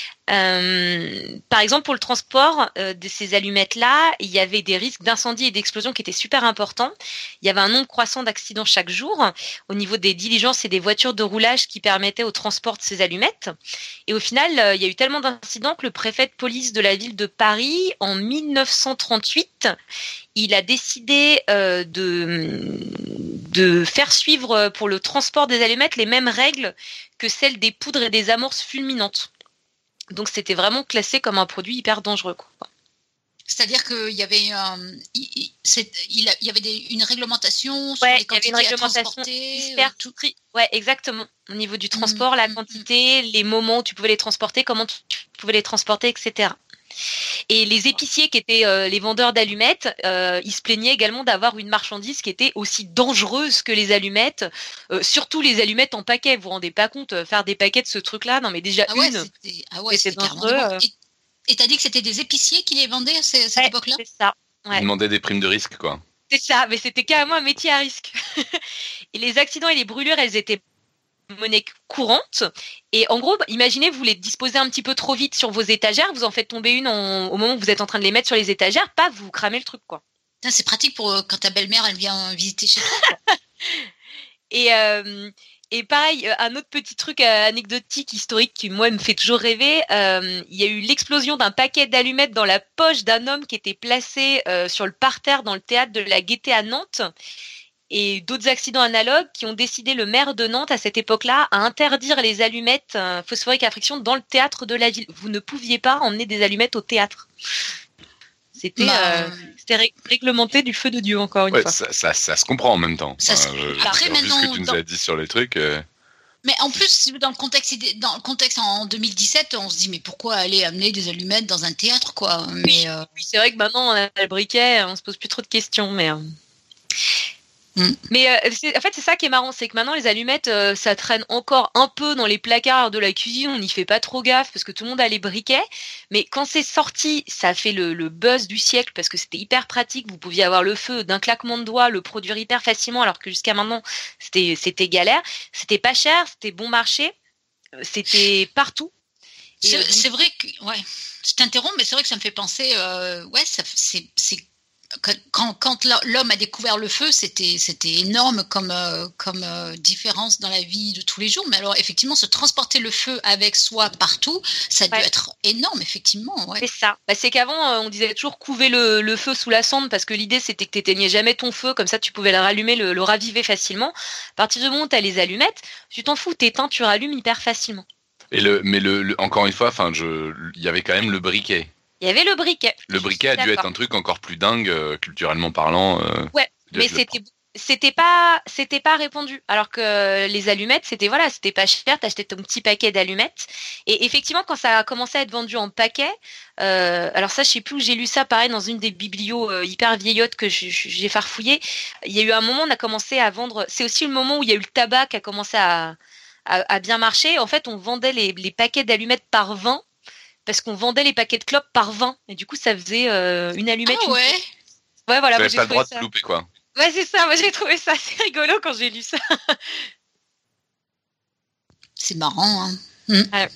Euh, par exemple, pour le transport euh, de ces allumettes-là, il y avait des risques d'incendie et d'explosion qui étaient super importants. Il y avait un nombre croissant d'accidents chaque jour au niveau des diligences et des voitures de roulage qui permettaient au transport de ces allumettes. Et au final, euh, il y a eu tellement d'incidents que le préfet de police de la ville de Paris, en mille neuf cent trente-huit, il a décidé euh, de, de faire suivre pour le transport des allumettes les mêmes règles que celles des poudres et des amorces fulminantes. Donc c'était vraiment classé comme un produit hyper dangereux, quoi. C'est-à-dire qu'il y avait, euh, il, il, il y avait des, une réglementation sur ouais, les quantités il y avait une réglementation hyper tout. Tri- ouais, exactement. Au niveau du transport, mmh, la quantité, mmh. les moments où tu pouvais les transporter, comment tu, tu pouvais les transporter, et cetera. Et les épiciers qui étaient euh, les vendeurs d'allumettes, euh, ils se plaignaient également d'avoir une marchandise qui était aussi dangereuse que les allumettes, euh, surtout les allumettes en paquet. Vous vous rendez pas compte, faire des paquets de ce truc-là, non mais déjà ah ouais, une, c'était, ah ouais, c'était c'était dangereux. Euh... Et t'as dit que c'était des épiciers qui les vendaient à cette ouais, époque-là ? C'est ça. Ouais. Ils demandaient des primes de risque, quoi. C'est ça, mais c'était carrément un métier à risque. Et les accidents et les brûlures, elles étaient monnaie courante. Et en gros, imaginez, vous les disposez un petit peu trop vite sur vos étagères, vous en faites tomber une en, au moment où vous êtes en train de les mettre sur les étagères, paf, vous cramez le truc, quoi. C'est pratique pour quand ta belle-mère, elle vient visiter chez toi. et, euh, et pareil, un autre petit truc anecdotique, historique, qui, moi, me fait toujours rêver, euh, il y a eu l'explosion d'un paquet d'allumettes dans la poche d'un homme qui était placé euh, sur le parterre dans le théâtre de la Gaîté à Nantes. Et d'autres accidents analogues qui ont décidé le maire de Nantes à cette époque-là à interdire les allumettes euh, phosphoriques à friction dans le théâtre de la ville. Vous ne pouviez pas emmener des allumettes au théâtre. C'était, bah, euh, c'était ré- réglementé du feu de Dieu, encore une ouais, fois. Ça, ça, ça se comprend en même temps. Ça se... enfin, je, Après, maintenant, vu ce que tu nous dans... as dit sur les trucs... Euh... Mais en plus, dans le contexte, dans le contexte en deux mille dix-sept, on se dit mais pourquoi aller amener des allumettes dans un théâtre, quoi. Mais euh... oui, c'est vrai que maintenant on a le briquet, on se pose plus trop de questions, mais. Euh... Mm. Mais euh, c'est, en fait, c'est ça qui est marrant, c'est que maintenant les allumettes, euh, ça traîne encore un peu dans les placards de la cuisine. On n'y fait pas trop gaffe parce que tout le monde a les briquets. Mais quand c'est sorti, ça a fait le, le buzz du siècle parce que c'était hyper pratique. Vous pouviez avoir le feu d'un claquement de doigts, le produire hyper facilement, alors que jusqu'à maintenant c'était c'était galère. C'était pas cher, c'était bon marché, c'était partout. Et c'est, euh, c'est vrai que ouais, je t'interromps, mais c'est vrai que ça me fait penser, euh, ouais, ça, c'est c'est Quand, quand l'homme a découvert le feu, c'était, c'était énorme comme, euh, comme euh, différence dans la vie de tous les jours. Mais alors, effectivement, se transporter le feu avec soi partout, ça a dû ouais. être énorme, effectivement. Ouais. C'est ça. Bah, c'est qu'avant, euh, on disait toujours couver le, le feu sous la cendre parce que l'idée, c'était que tu n'éteignais jamais ton feu. Comme ça, tu pouvais le rallumer, le, le raviver facilement. À partir du moment où tu as les allumettes, tu t'en fous, t'éteins, tu rallumes hyper facilement. Et le, mais le, le, encore une fois, il y avait quand même le briquet. Il y avait le briquet. Le briquet a dû être un truc encore plus dingue, euh, culturellement parlant. Euh, ouais, mais c'était c'était pas c'était pas répandu. Alors que les allumettes, c'était voilà, c'était pas cher. T'achetais ton petit paquet d'allumettes. Et effectivement, quand ça a commencé à être vendu en paquet, euh, alors ça, je sais plus où j'ai lu ça. Pareil, dans une des biblios euh, hyper vieillottes que je, je, j'ai farfouillé. Il y a eu un moment, on a commencé à vendre. C'est aussi le moment où il y a eu le tabac qui a commencé à à, à bien marcher. En fait, on vendait les les paquets d'allumettes par vingt. Parce qu'on vendait les paquets de clopes par vingt. Et du coup, ça faisait euh, une allumette. Ah ouais. Une... Ouais, voilà. Vous n'avez pas le droit ça. de louper, quoi. Ouais, c'est ça. Moi, j'ai trouvé ça assez rigolo quand j'ai lu ça. C'est marrant, hein. Mmh. Ouais.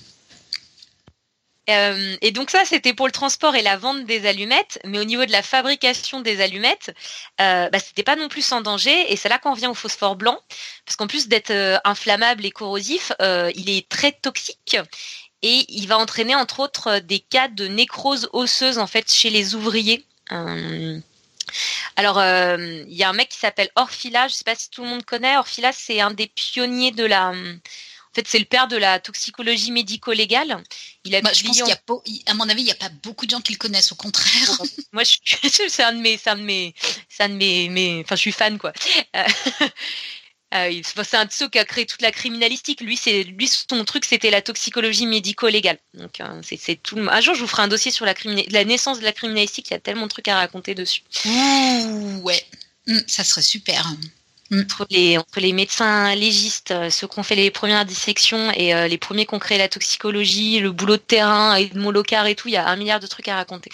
Euh, et donc ça, c'était pour le transport et la vente des allumettes. Mais au niveau de la fabrication des allumettes, euh, bah, c'était pas non plus sans danger. Et c'est là qu'on revient au phosphore blanc. Parce qu'en plus d'être euh, inflammable et corrosif, euh, il est très toxique. Et il va entraîner entre autres des cas de nécrose osseuse en fait chez les ouvriers Euh, alors, il euh, y a un mec qui s'appelle Orfila, je ne sais pas si tout le monde connaît. Orfila, c'est un des pionniers de la... En fait, c'est le père de la toxicologie médico-légale. Il a bah, je pense en... qu'il y a, po... à mon avis, il n'y a pas beaucoup de gens qui le connaissent, au contraire. Moi, je suis... c'est un de mes... C'est un de mes... C'est un de mes... mes... Enfin, je suis fan, quoi. Euh... Euh, c'est un de ceux qui a créé toute la criminalistique. Lui, c'est lui son truc, c'était la toxicologie médico-légale. Donc, euh, c'est, c'est tout. Un jour, je vous ferai un dossier sur la, criminal... la naissance de la criminalistique. Il y a tellement de trucs à raconter dessus. Ouh, ouais, mmh, ça serait super. Mmh. Entre les entre les médecins légistes, euh, ceux qui ont fait les premières dissections et euh, les premiers qui ont créé la toxicologie, le boulot de terrain, Edmond Locard et tout, il y a un milliard de trucs à raconter.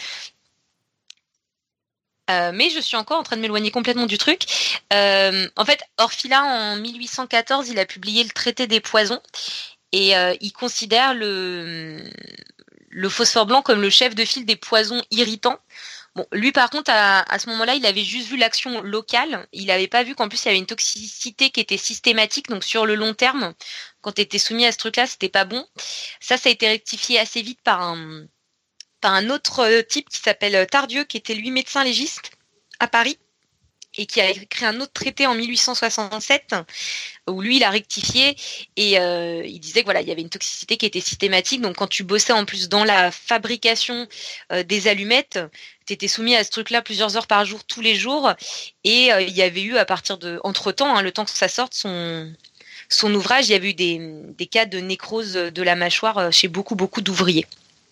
Euh, mais je suis encore en train de m'éloigner complètement du truc. Euh, en fait, Orfila, en mille huit cent quatorze, il a publié le traité des poisons et euh, il considère le, le phosphore blanc comme le chef de file des poisons irritants. Bon, lui, par contre, à, à ce moment-là, il avait juste vu l'action locale. Il n'avait pas vu qu'en plus, il y avait une toxicité qui était systématique. Donc, sur le long terme, quand tu étais soumis à ce truc-là, c'était pas bon. Ça, ça a été rectifié assez vite par un... par un autre type qui s'appelle Tardieu, qui était lui médecin légiste à Paris et qui a écrit un autre traité en mille huit cent soixante-sept où lui il a rectifié et euh, il disait que voilà, il y avait une toxicité qui était systématique. Donc quand tu bossais en plus dans la fabrication euh, des allumettes, tu étais soumis à ce truc-là plusieurs heures par jour, tous les jours, et euh, il y avait eu à partir de entre-temps, hein, le temps que ça sorte, son son ouvrage, il y avait eu des des cas de nécrose de la mâchoire chez beaucoup beaucoup d'ouvriers.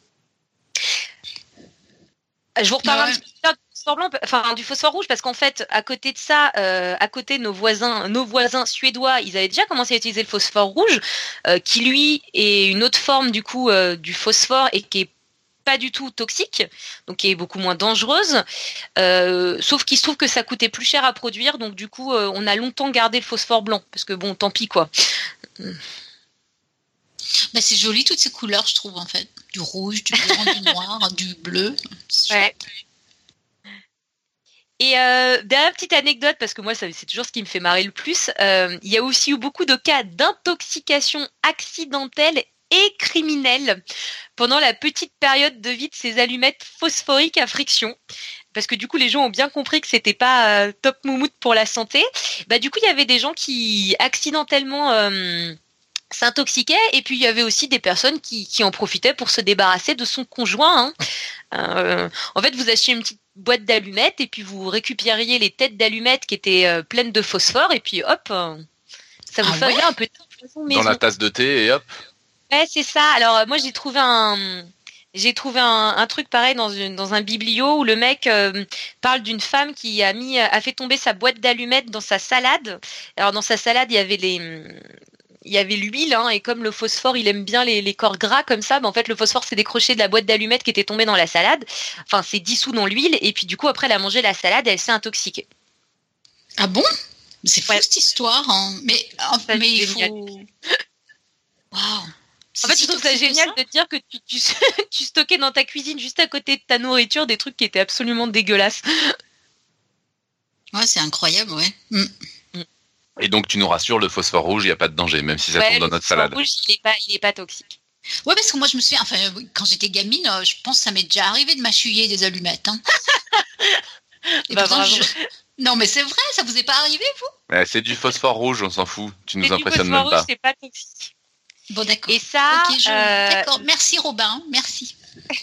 Je vous reparle ouais. un petit peu du phosphore blanc, enfin du phosphore rouge, parce qu'en fait, à côté de ça, euh, à côté nos voisins, nos voisins suédois, ils avaient déjà commencé à utiliser le phosphore rouge, euh, qui lui est une autre forme du coup euh, du phosphore et qui est pas du tout toxique, donc qui est beaucoup moins dangereuse. Euh, sauf qu'il se trouve que ça coûtait plus cher à produire, donc du coup, euh, on a longtemps gardé le phosphore blanc, parce que bon, tant pis quoi. Bah, c'est joli toutes ces couleurs, je trouve en fait. Du rouge, du blanc, du noir, du bleu. Ouais. Et euh, dernière petite anecdote, parce que moi ça, c'est toujours ce qui me fait marrer le plus, euh, il y a aussi eu beaucoup de cas d'intoxication accidentelle et criminelle pendant la petite période de vie de ces allumettes phosphoriques à friction. Parce que du coup, les gens ont bien compris que c'était pas euh, top moumoute pour la santé. Bah, du coup, il y avait des gens qui accidentellement... Euh, s'intoxiquait, et puis il y avait aussi des personnes qui, qui en profitaient pour se débarrasser de son conjoint. Hein. Euh, en fait, vous achetiez une petite boîte d'allumettes et puis vous récupériez les têtes d'allumettes qui étaient euh, pleines de phosphore et puis hop, euh, ça vous ah faisait ouais un peu de façon maison. Dans la tasse de thé et hop. Ouais, c'est ça. Alors moi, j'ai trouvé un... J'ai trouvé un, un truc pareil dans, une, dans un biblio où le mec euh, parle d'une femme qui a mis, a fait tomber sa boîte d'allumettes dans sa salade. Alors dans sa salade, il y avait les... Il y avait l'huile, hein, et comme le phosphore, il aime bien les, les corps gras comme ça, ben en fait, le phosphore s'est décroché de la boîte d'allumettes qui était tombée dans la salade. Enfin, c'est dissous dans l'huile, et puis du coup, après, elle a mangé la salade et elle s'est intoxiquée. Ah bon ? C'est fou ouais. cette histoire. Hein. Mais, ça, mais il faut... Waouh. C'est en fait, si je trouve ça génial ça de dire que tu, tu, tu stockais dans ta cuisine, juste à côté de ta nourriture, des trucs qui étaient absolument dégueulasses. Ouais, c'est incroyable, ouais. Mm. Et donc, tu nous rassures, le phosphore rouge, il n'y a pas de danger, même si ça ouais, tombe dans notre salade. Le phosphore rouge, il n'est pas, il est pas toxique. Ouais, parce que moi, je me souviens, enfin, quand j'étais gamine, je pense que ça m'est déjà arrivé de mâchouiller des allumettes. Hein. Et bah, bravo. Je... Non, mais c'est vrai, ça vous est pas arrivé, vous ? Ouais, c'est du phosphore rouge, on s'en fout. Tu nous c'est impressionnes même pas. Rouge, c'est pas toxique. Bon, d'accord. Et ça, okay, je... euh... d'accord. Merci, Robin. Merci.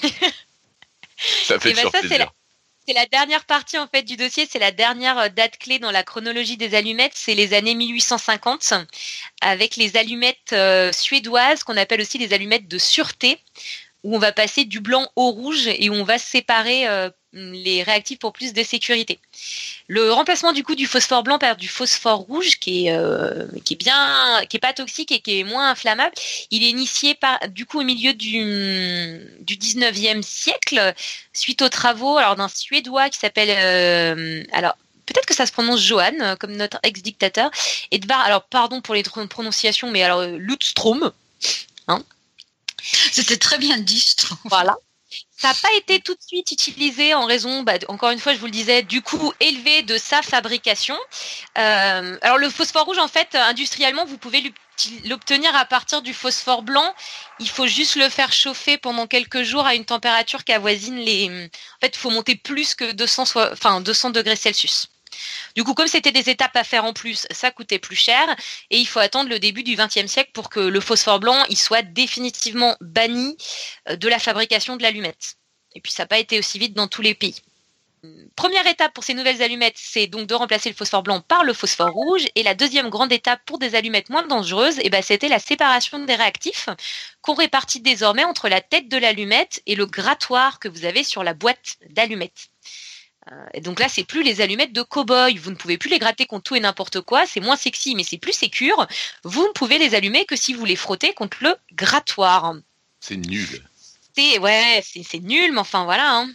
Ça fait toujours ben ça, plaisir. C'est la... C'est la dernière partie en fait du dossier, c'est la dernière date clé dans la chronologie des allumettes, c'est les années mille huit cent cinquante, avec les allumettes euh, suédoises qu'on appelle aussi les allumettes de sûreté, où on va passer du blanc au rouge et où on va séparer euh, les réactifs pour plus de sécurité. Le remplacement du coup du phosphore blanc par du phosphore rouge, qui est euh, qui est bien, qui est pas toxique et qui est moins inflammable, il est initié par du coup au milieu du du dix-neuvième siècle suite aux travaux alors d'un Suédois qui s'appelle euh, alors peut-être que ça se prononce Johan comme notre ex-dictateur, Edvard, alors pardon pour les prononciations, mais alors Lutström, hein. C'était très bien dit, je trouve. Voilà. Ça n'a pas été tout de suite utilisé en raison, bah, encore une fois, je vous le disais, du coût élevé de sa fabrication. Euh, alors le phosphore rouge, en fait, industriellement, vous pouvez l'obtenir à partir du phosphore blanc, il faut juste le faire chauffer pendant quelques jours à une température qui avoisine les... En fait, il faut monter plus que deux cents, enfin, deux cents degrés Celsius. Du coup, comme c'était des étapes à faire en plus, ça coûtait plus cher et il faut attendre le début du vingtième siècle pour que le phosphore blanc il soit définitivement banni de la fabrication de l'allumette. Et puis, ça n'a pas été aussi vite dans tous les pays. Première étape pour ces nouvelles allumettes, c'est donc de remplacer le phosphore blanc par le phosphore rouge. Et la deuxième grande étape pour des allumettes moins dangereuses, eh ben, c'était la séparation des réactifs qu'on répartit désormais entre la tête de l'allumette et le grattoir que vous avez sur la boîte d'allumettes. Euh, et donc là, c'est plus les allumettes de cow-boy. Vous ne pouvez plus les gratter contre tout et n'importe quoi. C'est moins sexy, mais c'est plus sécure. Vous ne pouvez les allumer que si vous les frottez contre le grattoir. C'est nul. C'est, ouais, c'est, c'est nul, mais enfin voilà. Hein.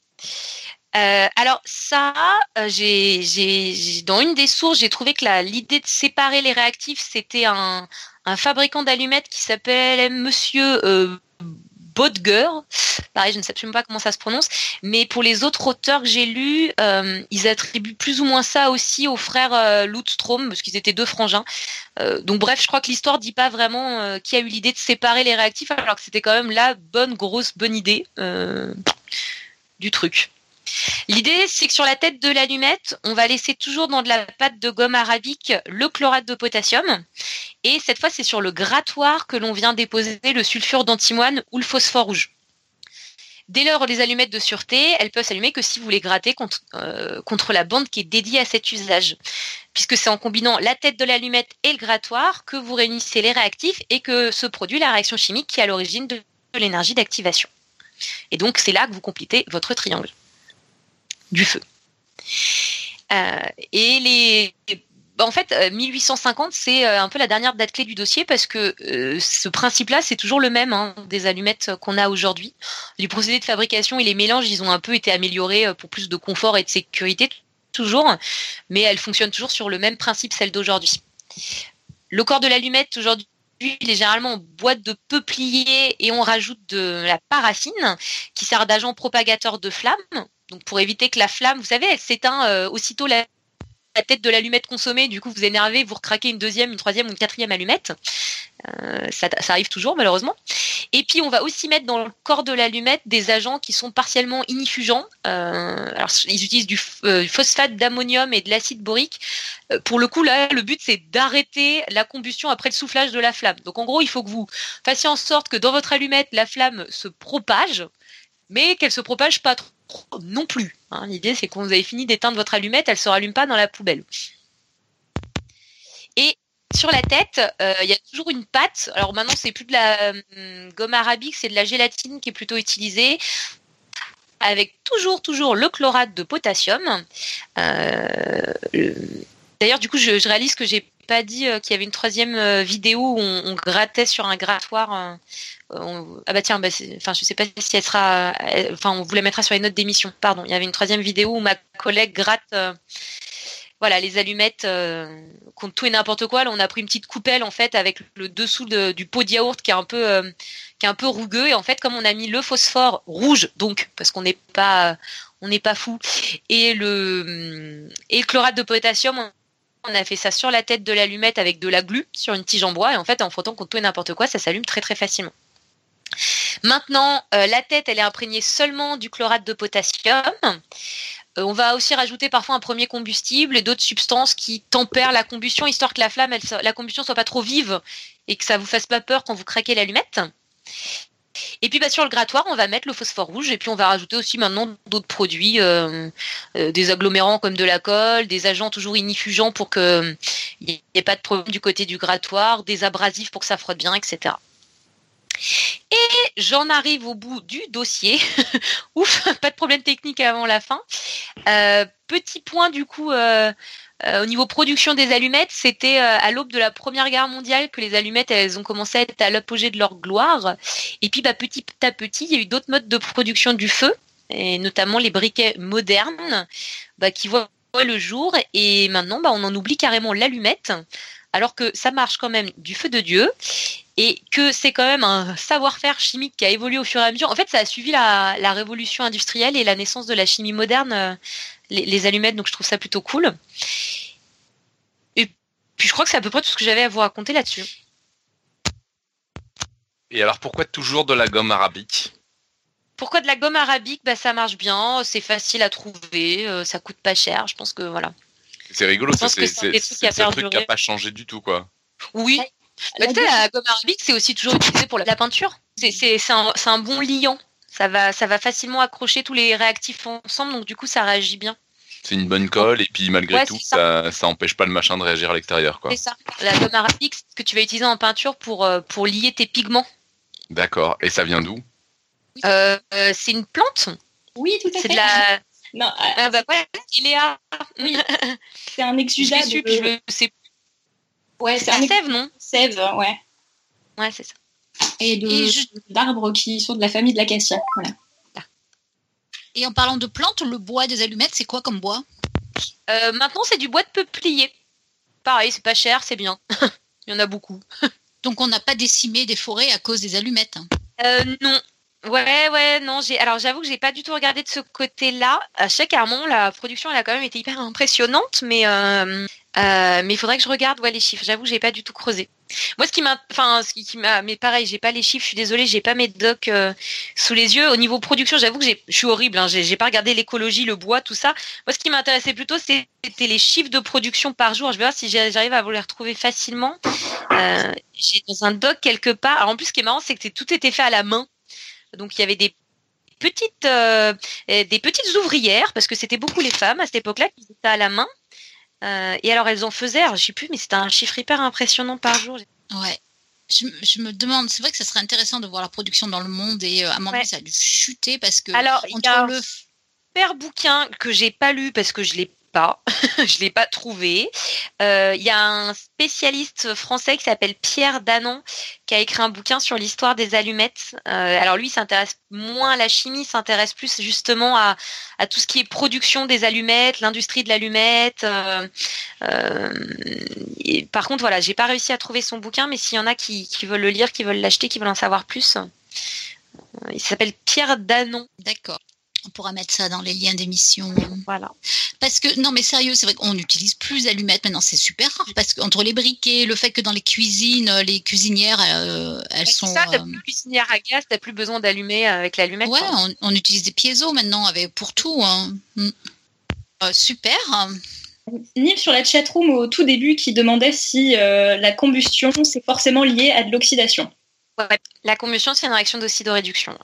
Euh, alors ça, euh, j'ai, j'ai, j'ai, dans une des sources, j'ai trouvé que la, l'idée de séparer les réactifs, c'était un, un fabricant d'allumettes qui s'appelle Monsieur euh, Bodger. Pareil, je ne sais absolument pas comment ça se prononce. Mais pour les autres auteurs que j'ai lus, euh, ils attribuent plus ou moins ça aussi aux frères euh, Lutstrom, parce qu'ils étaient deux frangins. Euh, donc bref, je crois que l'histoire dit pas vraiment euh, qui a eu l'idée de séparer les réactifs, alors que c'était quand même la bonne, grosse, bonne idée euh, du truc. L'idée, c'est que sur la tête de l'allumette, on va laisser toujours dans de la pâte de gomme arabique le chlorate de potassium. Et cette fois, c'est sur le grattoir que l'on vient déposer le sulfure d'antimoine ou le phosphore rouge. Dès lors, les allumettes de sûreté, elles peuvent s'allumer que si vous les grattez contre, euh, contre la bande qui est dédiée à cet usage. Puisque c'est en combinant la tête de l'allumette et le grattoir que vous réunissez les réactifs et que se produit la réaction chimique qui est à l'origine de, de l'énergie d'activation. Et donc, c'est là que vous complétez votre triangle du feu. Euh, et les... En fait, mille huit cent cinquante, c'est un peu la dernière date clé du dossier parce que euh, ce principe-là, c'est toujours le même hein, des allumettes qu'on a aujourd'hui. Les procédés de fabrication et les mélanges, ils ont un peu été améliorés pour plus de confort et de sécurité, toujours, mais elles fonctionnent toujours sur le même principe, celle d'aujourd'hui. Le corps de l'allumette, aujourd'hui, il est généralement en boîte de peuplier et on rajoute de la paraffine qui sert d'agent propagateur de flamme. Donc pour éviter que la flamme, vous savez, elle s'éteint euh, aussitôt la, la tête de l'allumette consommée, du coup vous énervez, vous recraquez une deuxième, une troisième ou une quatrième allumette. Euh, ça, ça arrive toujours malheureusement. Et puis on va aussi mettre dans le corps de l'allumette des agents qui sont partiellement ignifugeants. Euh, alors ils utilisent du euh, phosphate d'ammonium et de l'acide borique. Euh, pour le coup là, le but c'est d'arrêter la combustion après le soufflage de la flamme. Donc en gros il faut que vous fassiez en sorte que dans votre allumette la flamme se propage, mais qu'elle se propage pas trop non plus. Hein, l'idée, c'est quand vous avez fini d'éteindre votre allumette, elle ne se rallume pas dans la poubelle. Et sur la tête, il euh, y a toujours une pâte. Alors maintenant, c'est plus de la euh, gomme arabique, c'est de la gélatine qui est plutôt utilisée, avec toujours, toujours le chlorate de potassium. Euh, le... D'ailleurs, du coup, je, je réalise que j'ai pas dit euh, qu'il y avait une troisième euh, vidéo où on, on grattait sur un grattoir. Euh, on... Ah bah tiens, bah enfin je sais pas si elle sera. Enfin, on vous la mettra sur les notes d'émission. Pardon, il y avait une troisième vidéo où ma collègue gratte. Euh, voilà, les allumettes euh, contre tout et n'importe quoi. Là, on a pris une petite coupelle en fait avec le dessous de, du pot de yaourt qui est un peu, euh, qui est un peu rugueux. Et en fait, comme on a mis le phosphore rouge, donc parce qu'on n'est pas, on n'est pas fou, et le et le chlorate de potassium. On, On a fait ça sur la tête de l'allumette avec de la glu sur une tige en bois et en fait en frottant contre tout et n'importe quoi, ça s'allume très très facilement. Maintenant, euh, la tête elle est imprégnée seulement du chlorate de potassium. Euh, on va aussi rajouter parfois un premier combustible et d'autres substances qui tempèrent la combustion histoire que la flamme, elle, la combustion soit pas trop vive et que ça vous fasse pas peur quand vous craquez l'allumette. Et puis bah, sur le grattoir, on va mettre le phosphore rouge et puis on va rajouter aussi maintenant d'autres produits, euh, euh, des agglomérants comme de la colle, des agents toujours ignifugeants pour qu'il n'y ait pas de problème du côté du grattoir, des abrasifs pour que ça frotte bien, et cetera. Et j'en arrive au bout du dossier. Ouf, pas de problème technique avant la fin. Euh, petit point du coup... Euh, Euh, au niveau production des allumettes, c'était euh, à l'aube de la Première Guerre mondiale que les allumettes elles ont commencé à être à l'apogée de leur gloire. Et puis bah, petit à petit, il y a eu d'autres modes de production du feu, et notamment les briquets modernes bah, qui voient le jour. Et maintenant, bah, on en oublie carrément l'allumette, alors que ça marche quand même du feu de Dieu et que c'est quand même un savoir-faire chimique qui a évolué au fur et à mesure. En fait, ça a suivi la, la révolution industrielle et la naissance de la chimie moderne, euh, les, les allumettes, donc je trouve ça plutôt cool. Et puis je crois que c'est à peu près tout ce que j'avais à vous raconter là-dessus. Et alors, pourquoi toujours de la gomme arabique ? Pourquoi de la gomme arabique ? Bah, ça marche bien, c'est facile à trouver, euh, ça coûte pas cher. Je pense que voilà. C'est rigolo, Je ça, pense c'est, que c'est c'est, un des c'est, trucs qui a c'est un truc qui perduré. n'a pas changé du tout, quoi. Oui. La Bah, tu sais, gomme- la gomme arabique, c'est aussi toujours utilisé pour la peinture. C'est, c'est, c'est, un, c'est un bon liant. Ça va, ça va facilement accrocher tous les réactifs ensemble, donc du coup, ça réagit bien. C'est une bonne colle, et puis malgré Ouais, tout, c'est ça. ça, ça empêche pas le machin de réagir à l'extérieur, quoi. C'est ça. La gomme arabique, c'est ce que tu vas utiliser en peinture pour, euh, pour lier tes pigments. D'accord. Et ça vient d'où ? Euh, euh, c'est une plante. Oui, tout à C'est fait. de la. Non, euh, Ah bah ouais, Léa. Oui. c'est un Je exudat l'ai su, de... puis je le sais. Ouais, C'est c'est la un exudat sève, non de sève, ouais. Ouais, c'est ça. Et de Et je- d'arbres qui sont de la famille de l'acacia. Voilà. Et en parlant de plantes, le bois des allumettes, c'est quoi comme bois ? Euh, maintenant, c'est du bois de peuplier. Pareil, c'est pas cher, c'est bien. Il y en a beaucoup. Donc on n'a pas décimé des forêts à cause des allumettes. hein. Euh, non. Ouais, ouais, non. J'ai... Alors, j'avoue que j'ai pas du tout regardé de ce côté-là. À chaque moment, la production, elle a quand même été hyper impressionnante, mais euh, euh, mais il faudrait que je regarde ouais, les chiffres. J'avoue que j'ai pas du tout creusé. Moi, ce qui m'a, enfin, ce qui, qui m'a, mais pareil, j'ai pas les chiffres. Je suis désolée, j'ai pas mes docs euh, sous les yeux. Au niveau production, j'avoue que j'ai, je suis horrible. Hein, j'ai, j'ai pas regardé l'écologie, le bois, tout ça. Moi, ce qui m'intéressait plutôt, c'était les chiffres de production par jour. Je vais voir si j'arrive à vous les retrouver facilement. Euh, j'ai dans un doc quelque part. Alors, en plus, ce qui est marrant, c'est que tout était fait à la main. Donc il y avait des petites, euh, des petites ouvrières, parce que c'était beaucoup les femmes à cette époque-là qui faisaient ça à la main. Euh, et alors elles en faisaient, alors, je sais plus, mais c'était un chiffre hyper impressionnant par jour. Ouais. Je, je me demande, c'est vrai que ça serait intéressant de voir la production dans le monde et euh, à un moment donné, Ouais. ça a dû chuter parce que Alors il y entre a un le super bouquin que j'ai pas lu parce que je l'ai pas, je l'ai pas trouvé. Euh, Il y a un spécialiste français qui s'appelle Pierre Danon qui a écrit un bouquin sur l'histoire des allumettes. Euh, alors lui, il s'intéresse moins à la chimie, il s'intéresse plus justement à, à tout ce qui est production des allumettes, l'industrie de l'allumette. Euh, euh, et par contre, voilà, j'ai pas réussi à trouver son bouquin, mais s'il y en a qui, qui veulent le lire, qui veulent l'acheter, qui veulent en savoir plus, euh, il s'appelle Pierre Danon. D'accord. On pourra mettre ça dans les liens d'émission. Voilà. Parce que, non mais sérieux, c'est vrai qu'on n'utilise plus d'allumettes maintenant, c'est super rare. Parce qu'entre les briquets, le fait que dans les cuisines, les cuisinières, euh, elles Ouais, sont... c'est ça, t'as euh, plus cuisinière à gaz, t'as plus besoin d'allumer avec l'allumette. ouais, quoi. on, on utilise des piézos maintenant avec, pour tout. Hein. Mm. Euh, super. Nive sur la chatroom au tout début qui demandait si euh, la combustion c'est forcément lié à de l'oxydation. Ouais. La combustion, c'est une réaction d'oxydoréduction.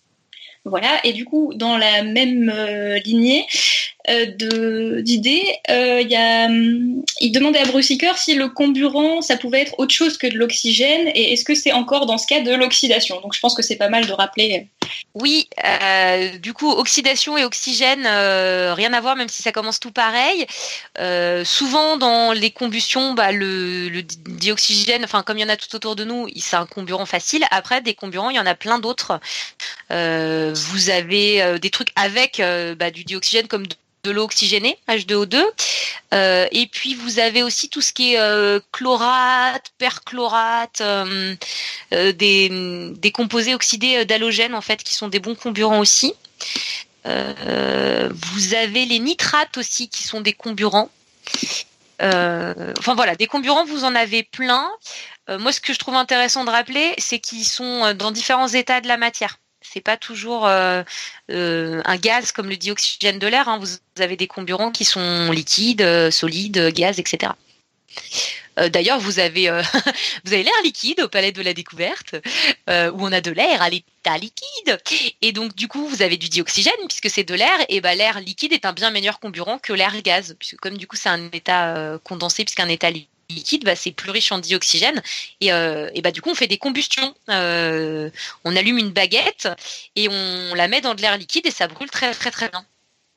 Voilà, et du coup, dans la même euh, lignée euh, de, d'idées, euh, y a, hum, il demandait à Brussiker si le comburant, ça pouvait être autre chose que de l'oxygène, et est-ce que c'est encore dans ce cas de l'oxydation ? Donc je pense que c'est pas mal de rappeler. Oui, euh, du coup, oxydation et oxygène, euh, rien à voir, même si ça commence tout pareil. Euh, souvent, dans les combustions, bah, le, le dioxygène, enfin, comme il y en a tout autour de nous, c'est un comburant facile. Après, des comburants, il y en a plein d'autres. Euh, vous avez euh, des trucs avec euh, bah, du dioxygène comme de, de l'eau oxygénée, H deux O deux. Euh, et puis, vous avez aussi tout ce qui est euh, chlorate, perchlorate, euh, euh, des, des composés oxydés d'halogène, en fait, qui sont des bons comburants aussi. Euh, vous avez les nitrates aussi, qui sont des comburants. Euh, enfin voilà, des comburants, vous en avez plein. Euh, moi, ce que je trouve intéressant de rappeler, c'est qu'ils sont dans différents états de la matière. C'est pas toujours euh, euh, un gaz comme le dioxygène de l'air. Hein. Vous avez des comburants qui sont liquides, euh, solides, gaz, et cetera. Euh, d'ailleurs, vous avez, euh, vous avez l'air liquide au Palais de la Découverte, euh, où on a de l'air à l'état liquide. Et donc, du coup, vous avez du dioxygène, puisque c'est de l'air. Et ben, l'air liquide est un bien meilleur comburant que l'air gaz, puisque comme du coup, c'est un état euh, condensé, puisqu'un état liquide, liquide, bah, c'est plus riche en dioxygène et, euh, et bah, du coup on fait des combustions. Euh, on allume une baguette et on la met dans de l'air liquide et ça brûle très très très bien.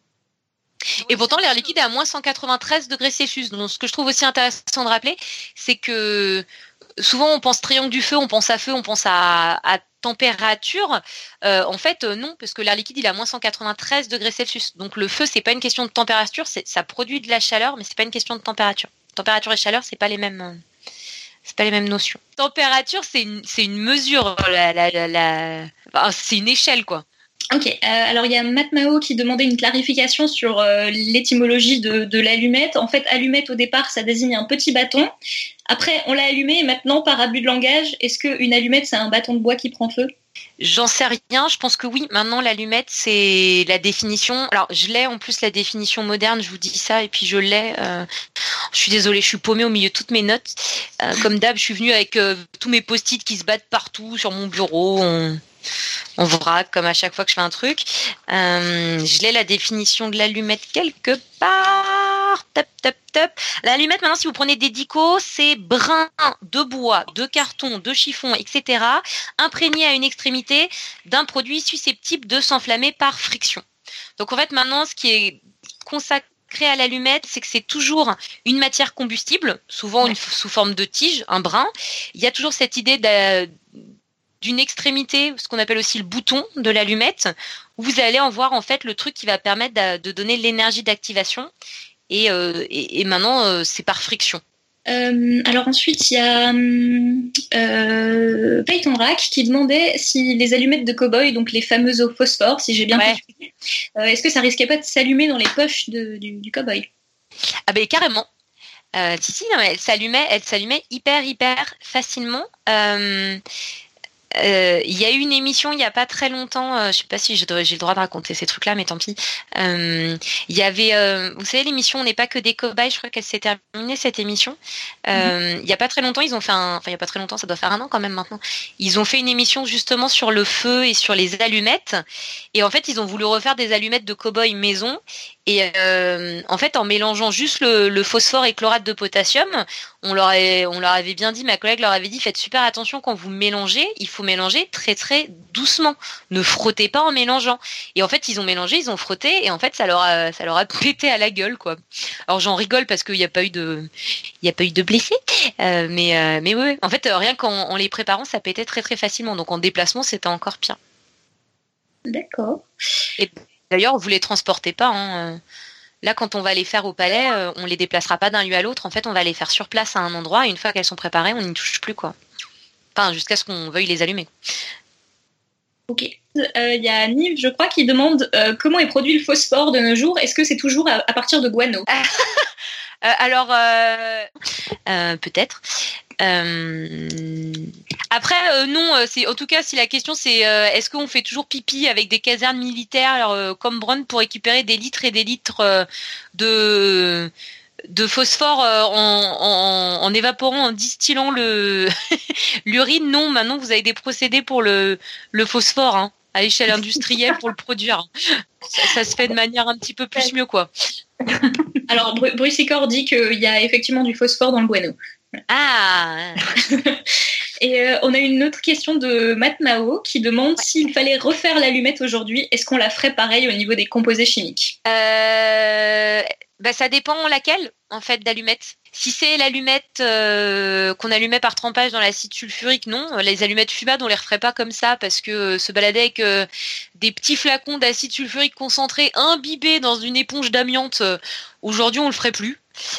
Et pourtant l'air liquide est à moins cent quatre-vingt-treize degrés Celsius. Donc ce que je trouve aussi intéressant de rappeler, c'est que souvent on pense triangle du feu, on pense à feu, on pense à, à température. Euh, en fait euh, non, parce que l'air liquide il est à moins cent quatre-vingt-treize degrés Celsius. Donc le feu c'est pas une question de température, c'est, ça produit de la chaleur, mais c'est pas une question de température. Température et chaleur, c'est pas les mêmes, c'est pas les mêmes notions. Température, c'est une, c'est une mesure, la, la, la, la... Enfin, c'est une échelle quoi. Ok, euh, alors il y a Matt Mao qui demandait une clarification sur euh, l'étymologie de, de l'allumette. En fait, allumette au départ, ça désigne un petit bâton. Après, on l'a allumé et maintenant, par abus de langage, est-ce qu'une allumette, c'est un bâton de bois qui prend feu ? J'en sais rien, je pense que oui. Maintenant, l'allumette, c'est la définition. Alors, je l'ai en plus la définition moderne, je vous dis ça, et puis je l'ai. Euh... Je suis désolée, je suis paumée au milieu de toutes mes notes. Euh, comme d'hab, je suis venue avec euh, tous mes post-it qui se battent partout sur mon bureau. On, on vrac comme à chaque fois que je fais un truc. Euh, je l'ai la définition de l'allumette quelque part. Top, top, top. L'allumette, maintenant, si vous prenez des dicos, c'est brin de bois, de carton, de chiffon, et cetera, imprégné à une extrémité d'un produit susceptible de s'enflammer par friction. Donc, en fait, maintenant, ce qui est consacré à l'allumette, c'est que c'est toujours une matière combustible, souvent une, sous forme de tige, un brin. Il y a toujours cette idée de, d'une extrémité, ce qu'on appelle aussi le bouton de l'allumette, où vous allez en voir en fait le truc qui va permettre de, de donner l'énergie d'activation. Et, euh, et, et maintenant, euh, c'est par friction. Euh, alors ensuite, il y a euh, Peyton Rack qui demandait si les allumettes de cow-boy, donc les fameuses au phosphore, si j'ai bien ouais. compris, euh, est-ce que ça risquait pas de s'allumer dans les poches de, du, du cow-boy ? Ah ben carrément. Euh, si si, non, mais elle s'allumait, elle s'allumait hyper hyper facilement. Euh, Euh, il y a eu une émission il y a pas très longtemps, euh, je sais pas si j'ai, j'ai le droit de raconter ces trucs-là, mais tant pis. Euh, il y avait, euh, vous savez, l'émission On n'est pas que des cobayes, je crois qu'elle s'est terminée cette émission. Euh, mm-hmm. Il y a pas très longtemps, ils ont fait un, enfin il y a pas très longtemps, ça doit faire un an quand même maintenant. Ils ont fait une émission justement sur le feu et sur les allumettes. Et en fait, ils ont voulu refaire des allumettes de cow-boy maison. Et euh, en fait, en mélangeant juste le, le phosphore et chlorate de potassium, on leur, a, on leur avait bien dit, ma collègue leur avait dit, faites super attention quand vous mélangez, il faut mélanger très très doucement. Ne frottez pas en mélangeant. Et en fait, ils ont mélangé, ils ont frotté, et en fait, ça leur a, ça leur a pété à la gueule, quoi. Alors j'en rigole parce qu'il n'y a pas eu de, il y a pas eu de blessés, euh, mais euh, mais oui, en fait, rien qu'en en les préparant, ça pétait très très facilement. Donc en déplacement, c'était encore pire. D'accord. Et d'ailleurs, vous les transportez pas. Hein. Là, quand on va les faire au palais, euh, on les déplacera pas d'un lieu à l'autre. En fait, on va les faire sur place à un endroit. Et une fois qu'elles sont préparées, on n'y touche plus, quoi. Enfin, jusqu'à ce qu'on veuille les allumer. Ok. Il euh, y a Nive, je crois, qui demande euh, comment est produit le phosphore de nos jours. Est-ce que c'est toujours à, à partir de guano ? euh, Alors, euh, euh, peut-être. Euh... Après, euh, non. C'est en tout cas, si la question c'est euh, est-ce qu'on fait toujours pipi avec des casernes militaires euh, comme Brun pour récupérer des litres et des litres euh, de de phosphore euh, en, en, en évaporant, en distillant le l'urine? Non. Maintenant, vous avez des procédés pour le le phosphore hein, à échelle industrielle pour le produire. Ça, ça se fait de manière un petit peu plus mieux, quoi. Alors, Bru- Brucicor dit qu'il y a effectivement du phosphore dans le guano. Ah. Et euh, on a une autre question de Matt Mao qui demande s'il fallait refaire l'allumette aujourd'hui, est-ce qu'on la ferait pareil au niveau des composés chimiques ? euh, bah, ça dépend laquelle, en fait, d'allumette. Si c'est l'allumette euh, qu'on allumait par trempage dans l'acide sulfurique, non. Les allumettes fumades, on les referait pas comme ça parce que euh, se balader avec euh, des petits flacons d'acide sulfurique concentré imbibés dans une éponge d'amiante, euh, aujourd'hui, on le ferait plus.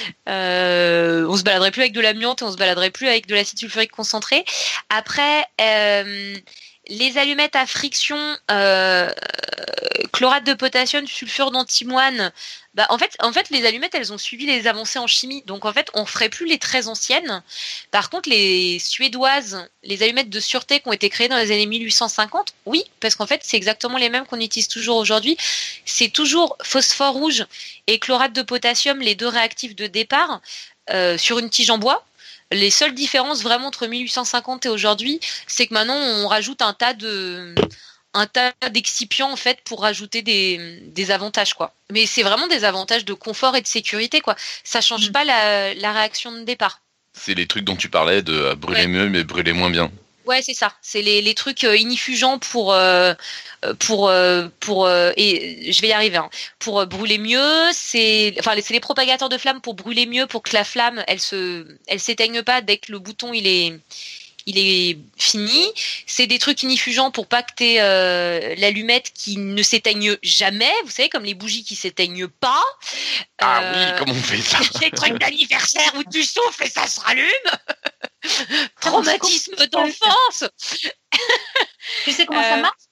Euh, on se baladerait plus avec de l'amiante et on se baladerait plus avec de l'acide sulfurique concentré. Après, euh, les allumettes à friction, euh, chlorate de potassium, sulfure d'antimoine, bah en fait, en fait, les allumettes, elles ont suivi les avancées en chimie. Donc en fait, on ferait plus les très anciennes. Par contre, les suédoises, les allumettes de sûreté qui ont été créées dans les années mille huit cent cinquante, oui, parce qu'en fait, c'est exactement les mêmes qu'on utilise toujours aujourd'hui. C'est toujours phosphore rouge et chlorate de potassium, les deux réactifs de départ, euh, sur une tige en bois. Les seules différences vraiment entre mille huit cent cinquante et aujourd'hui, c'est que maintenant on rajoute un tas de un tas d'excipients en fait pour rajouter des, des avantages, quoi. Mais c'est vraiment des avantages de confort et de sécurité, quoi. Ça change mmh. pas la, la réaction de départ. C'est les trucs dont tu parlais de euh, brûler ouais. mieux mais brûler moins bien. Ouais, c'est ça. C'est les, les trucs euh, inifugeants pour euh, pour euh, pour euh, et je vais y arriver. Hein, pour euh, brûler mieux, c'est enfin c'est les propagateurs de flammes pour brûler mieux, pour que la flamme elle se elle s'éteigne pas dès que le bouton il est il est fini. C'est des trucs inifugeants pour pas que t'aies euh, l'allumette qui ne s'éteigne jamais. Vous savez, comme les bougies qui s'éteignent pas. Ah euh, oui, comment on fait ça ? Les trucs d'anniversaire où tu souffles et ça se rallume. Traumatisme d'enfance. Tu sais comment euh, ça marche ?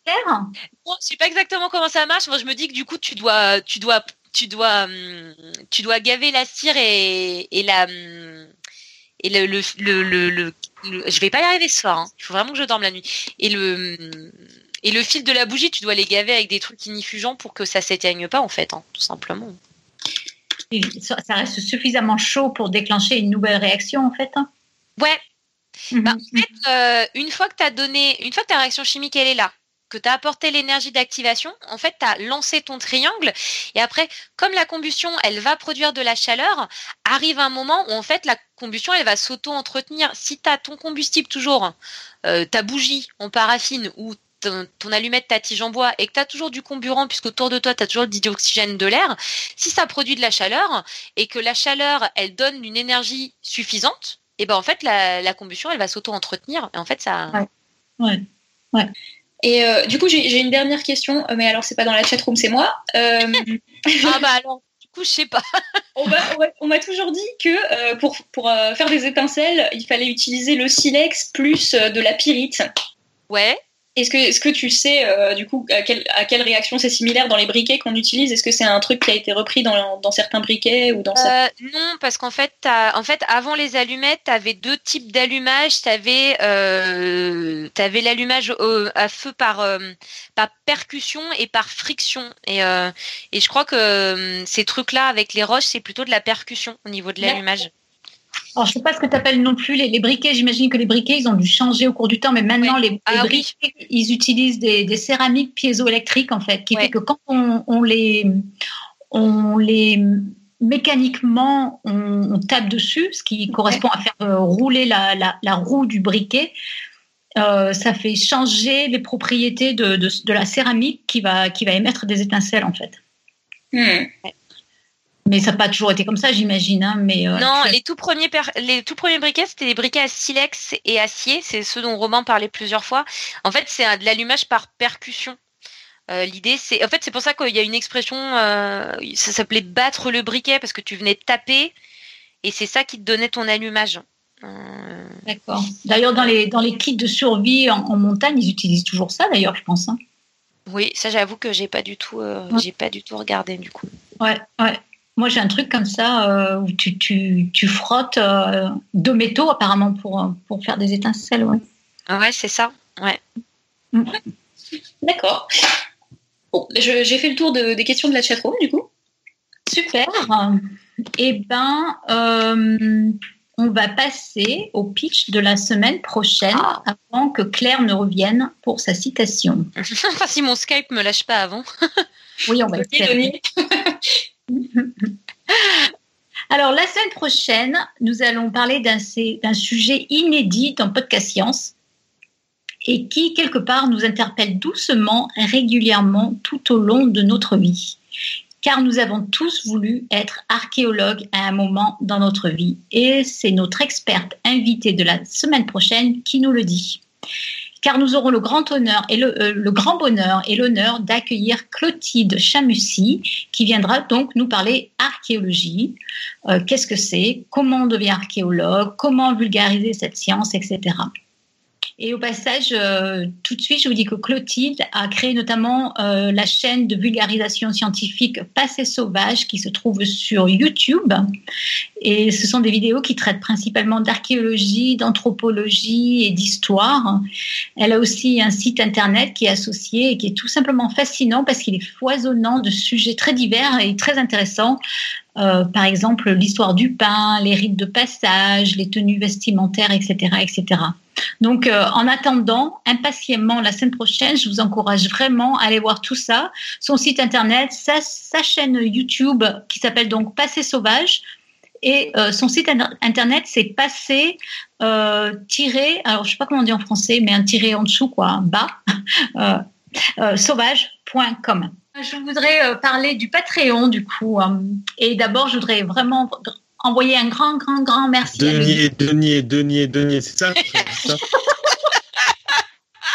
clair. Bon, je sais pas exactement comment ça marche. Moi, je me dis que du coup, tu dois, tu dois, tu dois, tu dois gaver la cire et, et la et le le, le le le le. Je vais pas y arriver ce soir. Hein. Il faut vraiment que je dorme la nuit. Et le et le fil de la bougie, tu dois les gaver avec des trucs ignifugeants pour que ça s'éteigne pas, en fait, hein, tout simplement. Et ça reste suffisamment chaud pour déclencher une nouvelle réaction, en fait. Hein. Ouais. Mm-hmm. Bah, en fait, euh, une fois que tu as donné, une fois que ta réaction chimique elle est là, que tu as apporté l'énergie d'activation, en fait, tu as lancé ton triangle. Et après, comme la combustion, elle va produire de la chaleur, arrive un moment où en fait la combustion, elle va s'auto-entretenir. Si tu as ton combustible toujours, euh, ta bougie en paraffine ou ton, ton allumette, ta tige en bois, et que tu as toujours du comburant, puisqu'autour de toi, tu as toujours du dioxygène de l'air, si ça produit de la chaleur et que la chaleur, elle donne une énergie suffisante, et ben en fait, la, la combustion, elle va s'auto-entretenir. Et en fait, ça... Ouais, ouais, ouais. Et euh, du coup, j'ai, j'ai une dernière question, mais alors c'est pas dans la chatroom, c'est moi. Euh... ah bah alors, du coup, je sais pas. on, m'a, on, m'a, on m'a toujours dit que euh, pour, pour euh, faire des étincelles, il fallait utiliser le silex plus euh, de la pyrite. Ouais. Est-ce que, est-ce que tu sais, euh, du coup, à, quel, à quelle réaction c'est similaire dans les briquets qu'on utilise ? Est-ce que c'est un truc qui a été repris dans, dans certains briquets ou dans euh, certains... Non, parce qu'en fait, t'as, en fait, avant les allumettes, tu avais deux types d'allumage. Tu avais euh, l'allumage au, à feu par, euh, par percussion et par friction. Et, euh, et je crois que euh, ces trucs-là, avec les roches, c'est plutôt de la percussion au niveau de l'allumage. Alors, je ne sais pas ce que tu appelles non plus les, les briquets. J'imagine que les briquets, ils ont dû changer au cours du temps, mais maintenant, ouais. les, les ah, briquets, oui. ils utilisent des, des céramiques piézoélectriques, en fait, qui ouais. fait que quand on, on, les, on les mécaniquement, on, on tape dessus, ce qui okay. correspond à faire euh, rouler la, la, la roue du briquet, euh, ça fait changer les propriétés de, de, de la céramique qui va, qui va émettre des étincelles, en fait. Hmm. Ouais. Mais ça n'a pas toujours été comme ça, j'imagine. Hein, mais euh, non, tu... les, tout premiers per... les tout premiers briquets, c'était des briquets à silex et acier. C'est ceux dont Romain parlait plusieurs fois. En fait, c'est de l'allumage par percussion. Euh, l'idée, c'est... En fait, c'est pour ça qu'il y a une expression, euh, ça s'appelait battre le briquet, parce que tu venais taper et c'est ça qui te donnait ton allumage. Euh... D'accord. D'ailleurs, dans les, dans les kits de survie en, en montagne, ils utilisent toujours ça, d'ailleurs, je pense. Hein. Oui, ça, j'avoue que j'ai pas du tout, euh, ouais. j'ai pas du tout regardé, du coup. Ouais, ouais. Moi, j'ai un truc comme ça euh, où tu, tu, tu frottes euh, deux métaux apparemment pour, pour faire des étincelles. Ouais, ouais c'est ça. Ouais. Mm. D'accord. Bon, je, j'ai fait le tour de, des questions de la chatroom, du coup. Super. Eh bien, euh, on va passer au pitch de la semaine prochaine ah. avant que Claire ne revienne pour sa citation. Enfin, si mon Skype me lâche pas avant. Oui, on va essayer. Alors, la semaine prochaine, nous allons parler d'un, d'un sujet inédit dans Podcast Science et qui, quelque part, nous interpelle doucement, régulièrement, tout au long de notre vie. Car nous avons tous voulu être archéologues à un moment dans notre vie. Et c'est notre experte invitée de la semaine prochaine qui nous le dit. Car nous aurons le grand honneur et le, euh, le grand bonheur et l'honneur d'accueillir Clotilde Chamussy, qui viendra donc nous parler archéologie. Euh, qu'est-ce que c'est ? Comment on devient archéologue ? Comment vulgariser cette science, et cetera. Et au passage, euh, tout de suite, je vous dis que Clotilde a créé notamment euh, la chaîne de vulgarisation scientifique Passé Sauvage qui se trouve sur YouTube. Et ce sont des vidéos qui traitent principalement d'archéologie, d'anthropologie et d'histoire. Elle a aussi un site internet qui est associé et qui est tout simplement fascinant parce qu'il est foisonnant de sujets très divers et très intéressants. Euh, par exemple, l'histoire du pain, les rites de passage, les tenues vestimentaires, et cetera, et cetera. Donc, euh, en attendant, impatiemment, la semaine prochaine, je vous encourage vraiment à aller voir tout ça. Son site internet, sa, sa chaîne YouTube qui s'appelle donc Passé Sauvage. Et euh, son site internet, c'est passé euh, tiré, alors je sais pas comment on dit en français, mais un tiré en dessous, quoi, bas, euh, euh, sauvage point com. Je voudrais euh, parler du Patreon, du coup. Euh, et d'abord, je voudrais vraiment envoyer un grand, grand, grand merci Denier, à Denier, Denier, Denier, c'est ça, c'est ça.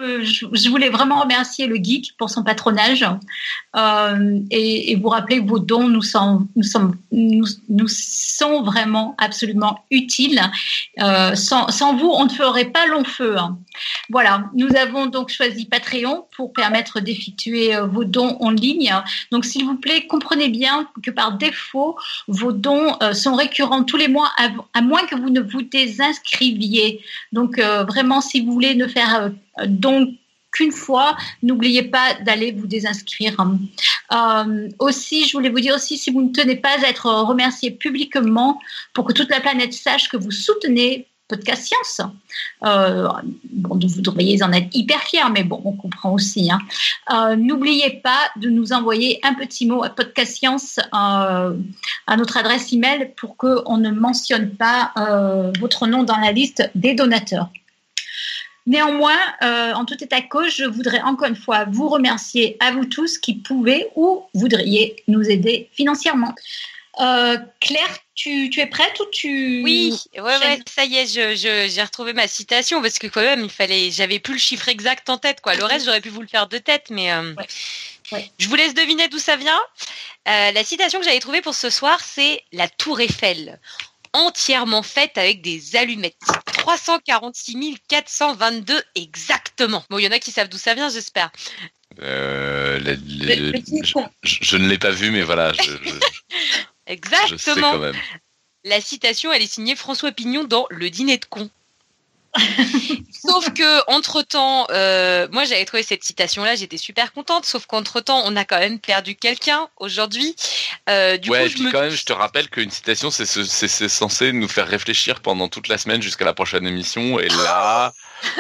je, je voulais vraiment remercier le geek pour son patronage euh, et, et vous rappeler que vos dons nous sont, nous sommes, nous, nous sont vraiment absolument utiles. Euh, sans, sans vous, on ne ferait pas long feu. Hein. Voilà, nous avons donc choisi Patreon pour permettre d'effectuer euh, vos dons en ligne. Donc, s'il vous plaît, comprenez bien que par défaut, vos dons euh, sont récurrents tous les mois, à, à moins que vous ne vous désinscriviez. Donc, euh, vraiment, si vous voulez ne faire euh, donc qu'une fois, n'oubliez pas d'aller vous désinscrire. Euh, aussi, je voulais vous dire aussi, si vous ne tenez pas à être remercié publiquement pour que toute la planète sache que vous soutenez Podcast Science, euh, bon, vous devriez en être hyper fiers, mais bon, on comprend aussi. Hein. Euh, n'oubliez pas de nous envoyer un petit mot à Podcast Science euh, à notre adresse email pour qu'on ne mentionne pas euh, votre nom dans la liste des donateurs. Néanmoins, euh, en tout état de cause, je voudrais encore une fois vous remercier à vous tous qui pouvez ou voudriez nous aider financièrement. Euh, Claire, tu, tu es prête ou tu... Oui, ouais, ouais, ça y est, je, je, j'ai retrouvé ma citation parce que quand même, il fallait, j'avais plus le chiffre exact en tête, quoi. Le reste, j'aurais pu vous le faire de tête, mais euh, ouais. Ouais. Je vous laisse deviner d'où ça vient. Euh, la citation que j'avais trouvée pour ce soir, c'est la Tour Eiffel, entièrement faite avec des allumettes. trois cent quarante-six mille quatre cent vingt-deux exactement. Bon, il y en a qui savent d'où ça vient, j'espère. Euh, les, les, le, le je, je, je ne l'ai pas vu, mais voilà. Je, je, exactement. Je sais quand même. La citation, elle est signée François Pignon dans Le Dîner de con. Sauf que entre temps, euh, moi j'avais trouvé cette citation-là, j'étais super contente. Sauf qu'entre temps, on a quand même perdu quelqu'un aujourd'hui. Euh, du ouais, coup, et je puis me... quand même, je te rappelle qu'une citation, c'est, c'est, c'est censé nous faire réfléchir pendant toute la semaine jusqu'à la prochaine émission. Et là.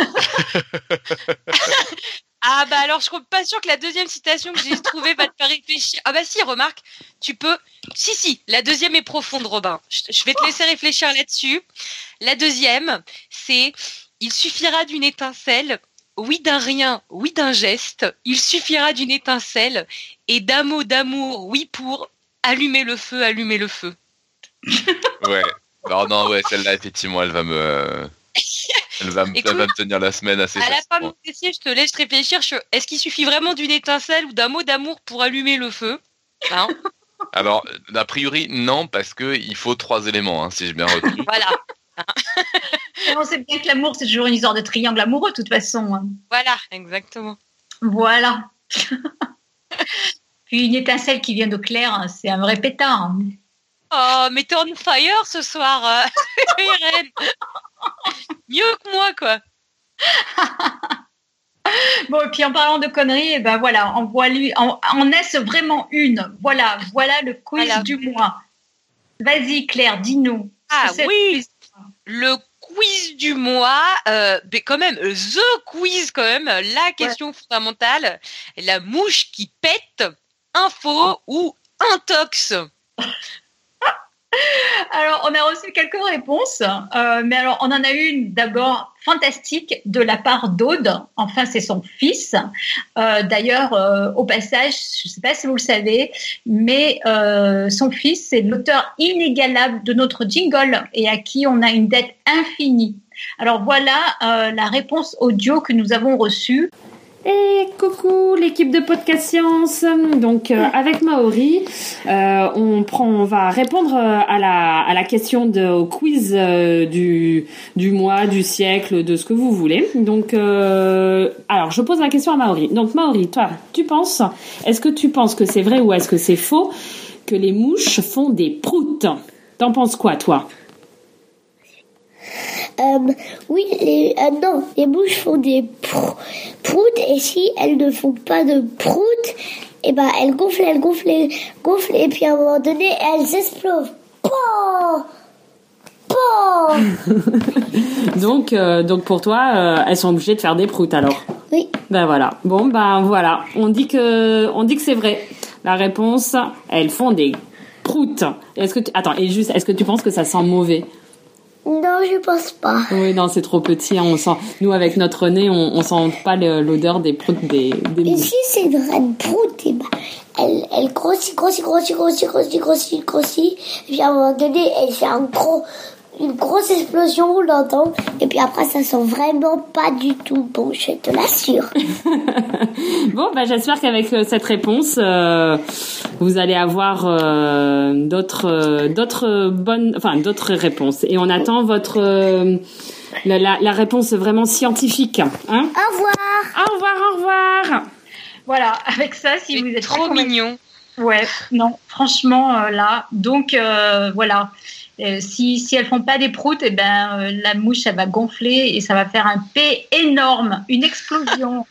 Ah bah alors je suis pas sûre que la deuxième citation que j'ai trouvée va te faire réfléchir. Ah bah si, remarque, tu peux... Si, si, la deuxième est profonde, Robin. Je, je vais te laisser réfléchir là-dessus. La deuxième, c'est « Il suffira d'une étincelle, oui d'un rien, oui d'un geste, il suffira d'une étincelle et d'un mot d'amour, oui pour allumer le feu, allumer le feu. » Ouais, non, non, ouais, celle-là, effectivement, elle va me... Elle va, Écoute, elle va me tenir la semaine assez à la fin de facilement. mon essai, je te laisse réfléchir. Je... Est-ce qu'il suffit vraiment d'une étincelle ou d'un mot d'amour pour allumer le feu, hein? Alors, a priori, non, parce qu'il faut trois éléments, hein, si j'ai bien retenu. Voilà. On sait bien que l'amour, c'est toujours une histoire de triangle amoureux, de toute façon. Hein. Voilà, exactement. Voilà. Puis une étincelle qui vient de Claire, c'est un vrai pétard. Hein. Oh, mais t'es on fire ce soir, euh, Irène. Mieux que moi, quoi. Bon, et puis en parlant de conneries, eh ben voilà, on voit lui, on, on est vraiment une. Voilà, voilà le quiz voilà. du mois. Vas-y, Claire, dis-nous. Ah c'est oui, le quiz du mois, euh, mais quand même, the quiz quand même, la question ouais. fondamentale, la mouche qui pète, info ou intox. Alors, on a reçu quelques réponses, euh, mais alors on en a une d'abord fantastique de la part d'Aude. Enfin, c'est son fils. Euh, d'ailleurs, euh, au passage, je ne sais pas si vous le savez, mais euh, son fils, c'est l'auteur inégalable de notre jingle et à qui on a une dette infinie. Alors voilà euh, la réponse audio que nous avons reçue. Et coucou l'équipe de Podcast Science. Donc euh, avec Maori, euh, on prend, on va répondre à la à la question de au quiz euh, du du mois, du siècle, de ce que vous voulez. Donc euh, alors je pose la question à Maori. Donc Maori, toi, tu penses, est-ce que tu penses que c'est vrai ou est-ce que c'est faux que les mouches font des proutes? T'en penses quoi, toi? Euh, oui, les, euh, non, les mouches font des pr- proutes et si elles ne font pas de proutes, et ben elles gonflent, elles gonflent, elles gonflent et puis à un moment donné elles explosent. Pouah Pouah donc, euh, donc pour toi, euh, elles sont obligées de faire des proutes alors. Oui. Ben voilà. Bon ben voilà. On dit que, on dit que c'est vrai. La réponse, elles font des proutes. Est-ce que tu... attends, et juste, est-ce que tu penses que ça sent mauvais? Non, je pense pas. Oui, non, c'est trop petit. Hein, on sent, nous, avec notre nez, on, on sent pas le, l'odeur des proutes des, des mouches. Et si c'est une vraie proute, et ben, elle, elle grossit, grossit, grossit, grossit, grossit, grossit, grossit. Et puis à un moment donné, elle fait un gros, une grosse explosion, on l'entend, et puis après ça sent vraiment pas du tout bon, je te l'assure. Bon, bah, j'espère qu'avec euh, cette réponse, euh, vous allez avoir euh, d'autres, euh, d'autres bonnes, enfin d'autres réponses. Et on attend votre euh, la, la, la réponse vraiment scientifique. Hein ? Au revoir. Au revoir, au revoir. Voilà, avec ça, si C'est vous êtes trop pas mignon. Ouais, non, franchement, euh, là. Donc, euh, voilà. Euh, si, si elles font pas des proutes, eh ben, euh, la mouche, elle va gonfler et ça va faire un P énorme, une explosion.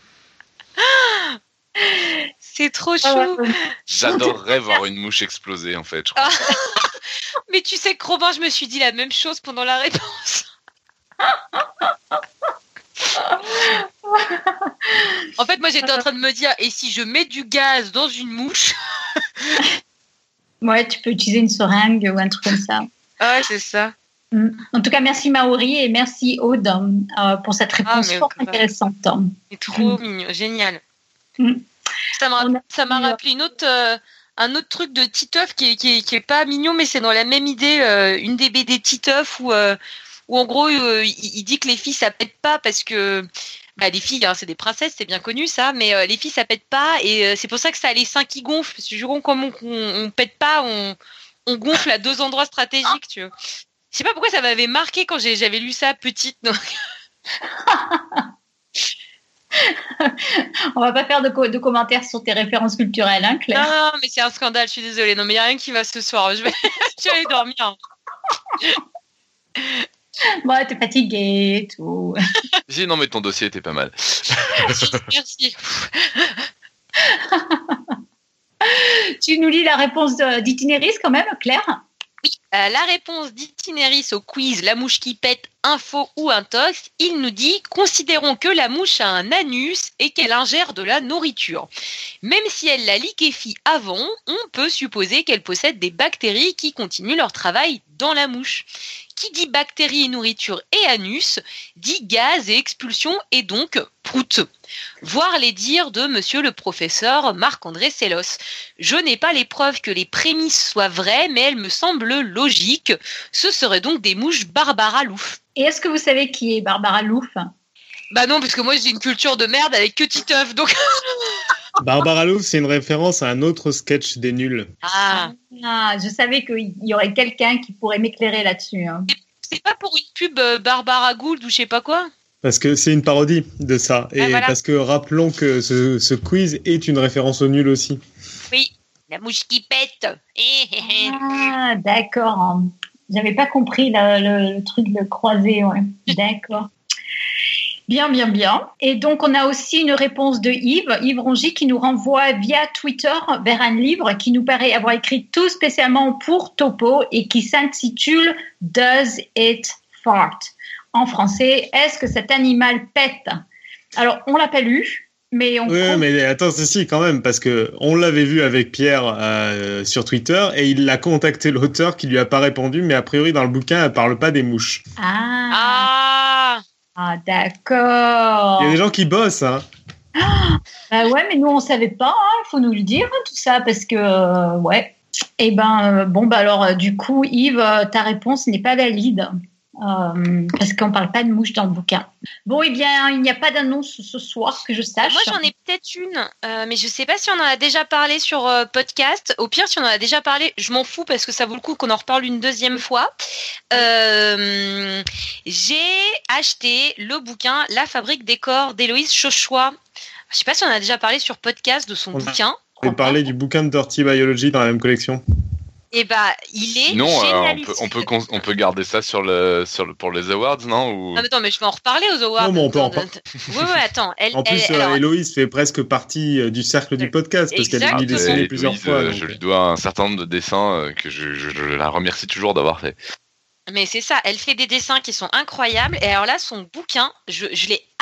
C'est trop chou. Euh, J'adorerais voir une mouche exploser, en fait. Je crois. Mais tu sais que Robin, je me suis dit la même chose pendant la réponse. En fait, moi, j'étais en train de me dire, et si je mets du gaz dans une mouche? Ouais, tu peux utiliser une seringue ou un truc comme ça. Ah, c'est ça. Mm. En tout cas, merci Maori et merci Aude euh, pour cette réponse Ah, mais fort grave. intéressante. C'est trop Mm. mignon, génial. Mm. Ça m'a, On a- ça m'a rappelé une autre, euh, un autre truc de Titeuf qui est, qui est, qui est pas mignon, mais c'est dans la même idée, euh, une des B D Titeuf où, euh, où en gros, euh, il, il dit que les filles ça pète pas parce que bah, les filles, hein, c'est des princesses, c'est bien connu ça, mais euh, les filles ça pète pas et euh, c'est pour ça que ça a les seins qui gonflent. Parce que jurons, comme on, on, on pète pas, on, on gonfle à deux endroits stratégiques, tu vois. Je sais pas pourquoi ça m'avait marqué quand j'ai, j'avais lu ça petite. Donc... On va pas faire de, co- de commentaires sur tes références culturelles, hein, Claire. Non, mais c'est un scandale, je suis désolée. Non, mais il n'y a rien qui va ce soir. Je vais, je vais aller dormir. Bon, t'es fatiguée et tout. Si, non, mais ton dossier était pas mal. Merci, merci. Tu nous lis la réponse de- d'Itinéris quand même, Claire? Oui, euh, la réponse d'Itinéris au quiz La mouche qui pète, info ou intox, il nous dit « Considérons que la mouche a un anus et qu'elle ingère de la nourriture. Même si elle la liquéfie avant, on peut supposer qu'elle possède des bactéries qui continuent leur travail dans la mouche. Qui dit bactéries et nourriture et anus, dit gaz et expulsion et donc prout. Voir les dires de monsieur le professeur Marc-André Sellos. Je n'ai pas les preuves que les prémices soient vraies, mais elles me semblent logiques. Ce seraient donc des mouches Barbara Louf. » Et est-ce que vous savez qui est Barbara Louf? Bah non, parce que moi j'ai une culture de merde avec que Titeuf, donc... Barbara Louf, c'est une référence à un autre sketch des nuls. Ah, Ah, je savais qu'il y aurait quelqu'un qui pourrait m'éclairer là-dessus. Hein. c'est pas pour une pub euh, Barbara Gould ou je sais pas quoi? Parce que c'est une parodie de ça. Et Ah, voilà. parce que rappelons que ce, ce quiz est une référence au nul aussi. Oui, la mouche qui pète. Ah, d'accord. J'avais pas compris la- le, le truc de croisé, ouais. D'accord. Bien, bien, bien. Et donc, on a aussi une réponse de Yves, Yves Rongy, qui nous renvoie via Twitter vers un livre qui nous paraît avoir écrit tout spécialement pour Topo et qui s'intitule « Does it fart ?» En français, « Est-ce que cet animal pète ?» Alors, on l'a pas lu, mais on... Oui, compte- mais attends, si, si, quand même, parce que on l'avait vu avec Pierre euh, sur Twitter et il a contacté l'auteur qui lui a pas répondu, mais a priori dans le bouquin, elle parle pas des mouches. Ah, Ah, ah, d'accord. Il y a des gens qui bossent, hein. Bah ouais, mais nous, on savait pas, il faut nous le dire, hein, tout ça, parce que, euh, ouais. Eh ben, euh, bon, bah alors, euh, du coup, Yves, euh, ta réponse n'est pas valide, euh, parce qu'on parle pas de mouche dans le bouquin. Bon, eh bien, il n'y a pas d'annonce ce soir, que je sache. moi j'en ai peut-être une, euh, mais je sais pas si on en a déjà parlé sur euh, podcast. Au pire, si on en a déjà parlé, je m'en fous parce que ça vaut le coup qu'on en reparle une deuxième fois. Euh, j'ai acheté le bouquin La fabrique des corps d'Héloïse Chauchois. Je sais pas si on en a déjà parlé sur podcast de son On a- bouquin. On va parler du bouquin de Dirty Biology dans la même collection. Et bah, il est Non, euh, on, génialissime. peut, on, peut, cons- on peut garder ça sur le, sur le, pour les awards, non ou... Non, mais attends, mais je vais en reparler aux awards. Non, mais on peut en Attends, Oui, oui, attends. Elle, En plus, elle- euh, alors, Héloïse fait presque partie euh, du cercle du podcast parce qu'elle est venue Exactement. dessiner mais plusieurs Louise, fois. euh, donc, je euh. lui dois un certain nombre de dessins euh, que je, je- je la remercie toujours d'avoir fait. Mais c'est ça, elle fait des dessins qui sont incroyables. Et alors là, son bouquin, je, je l'ai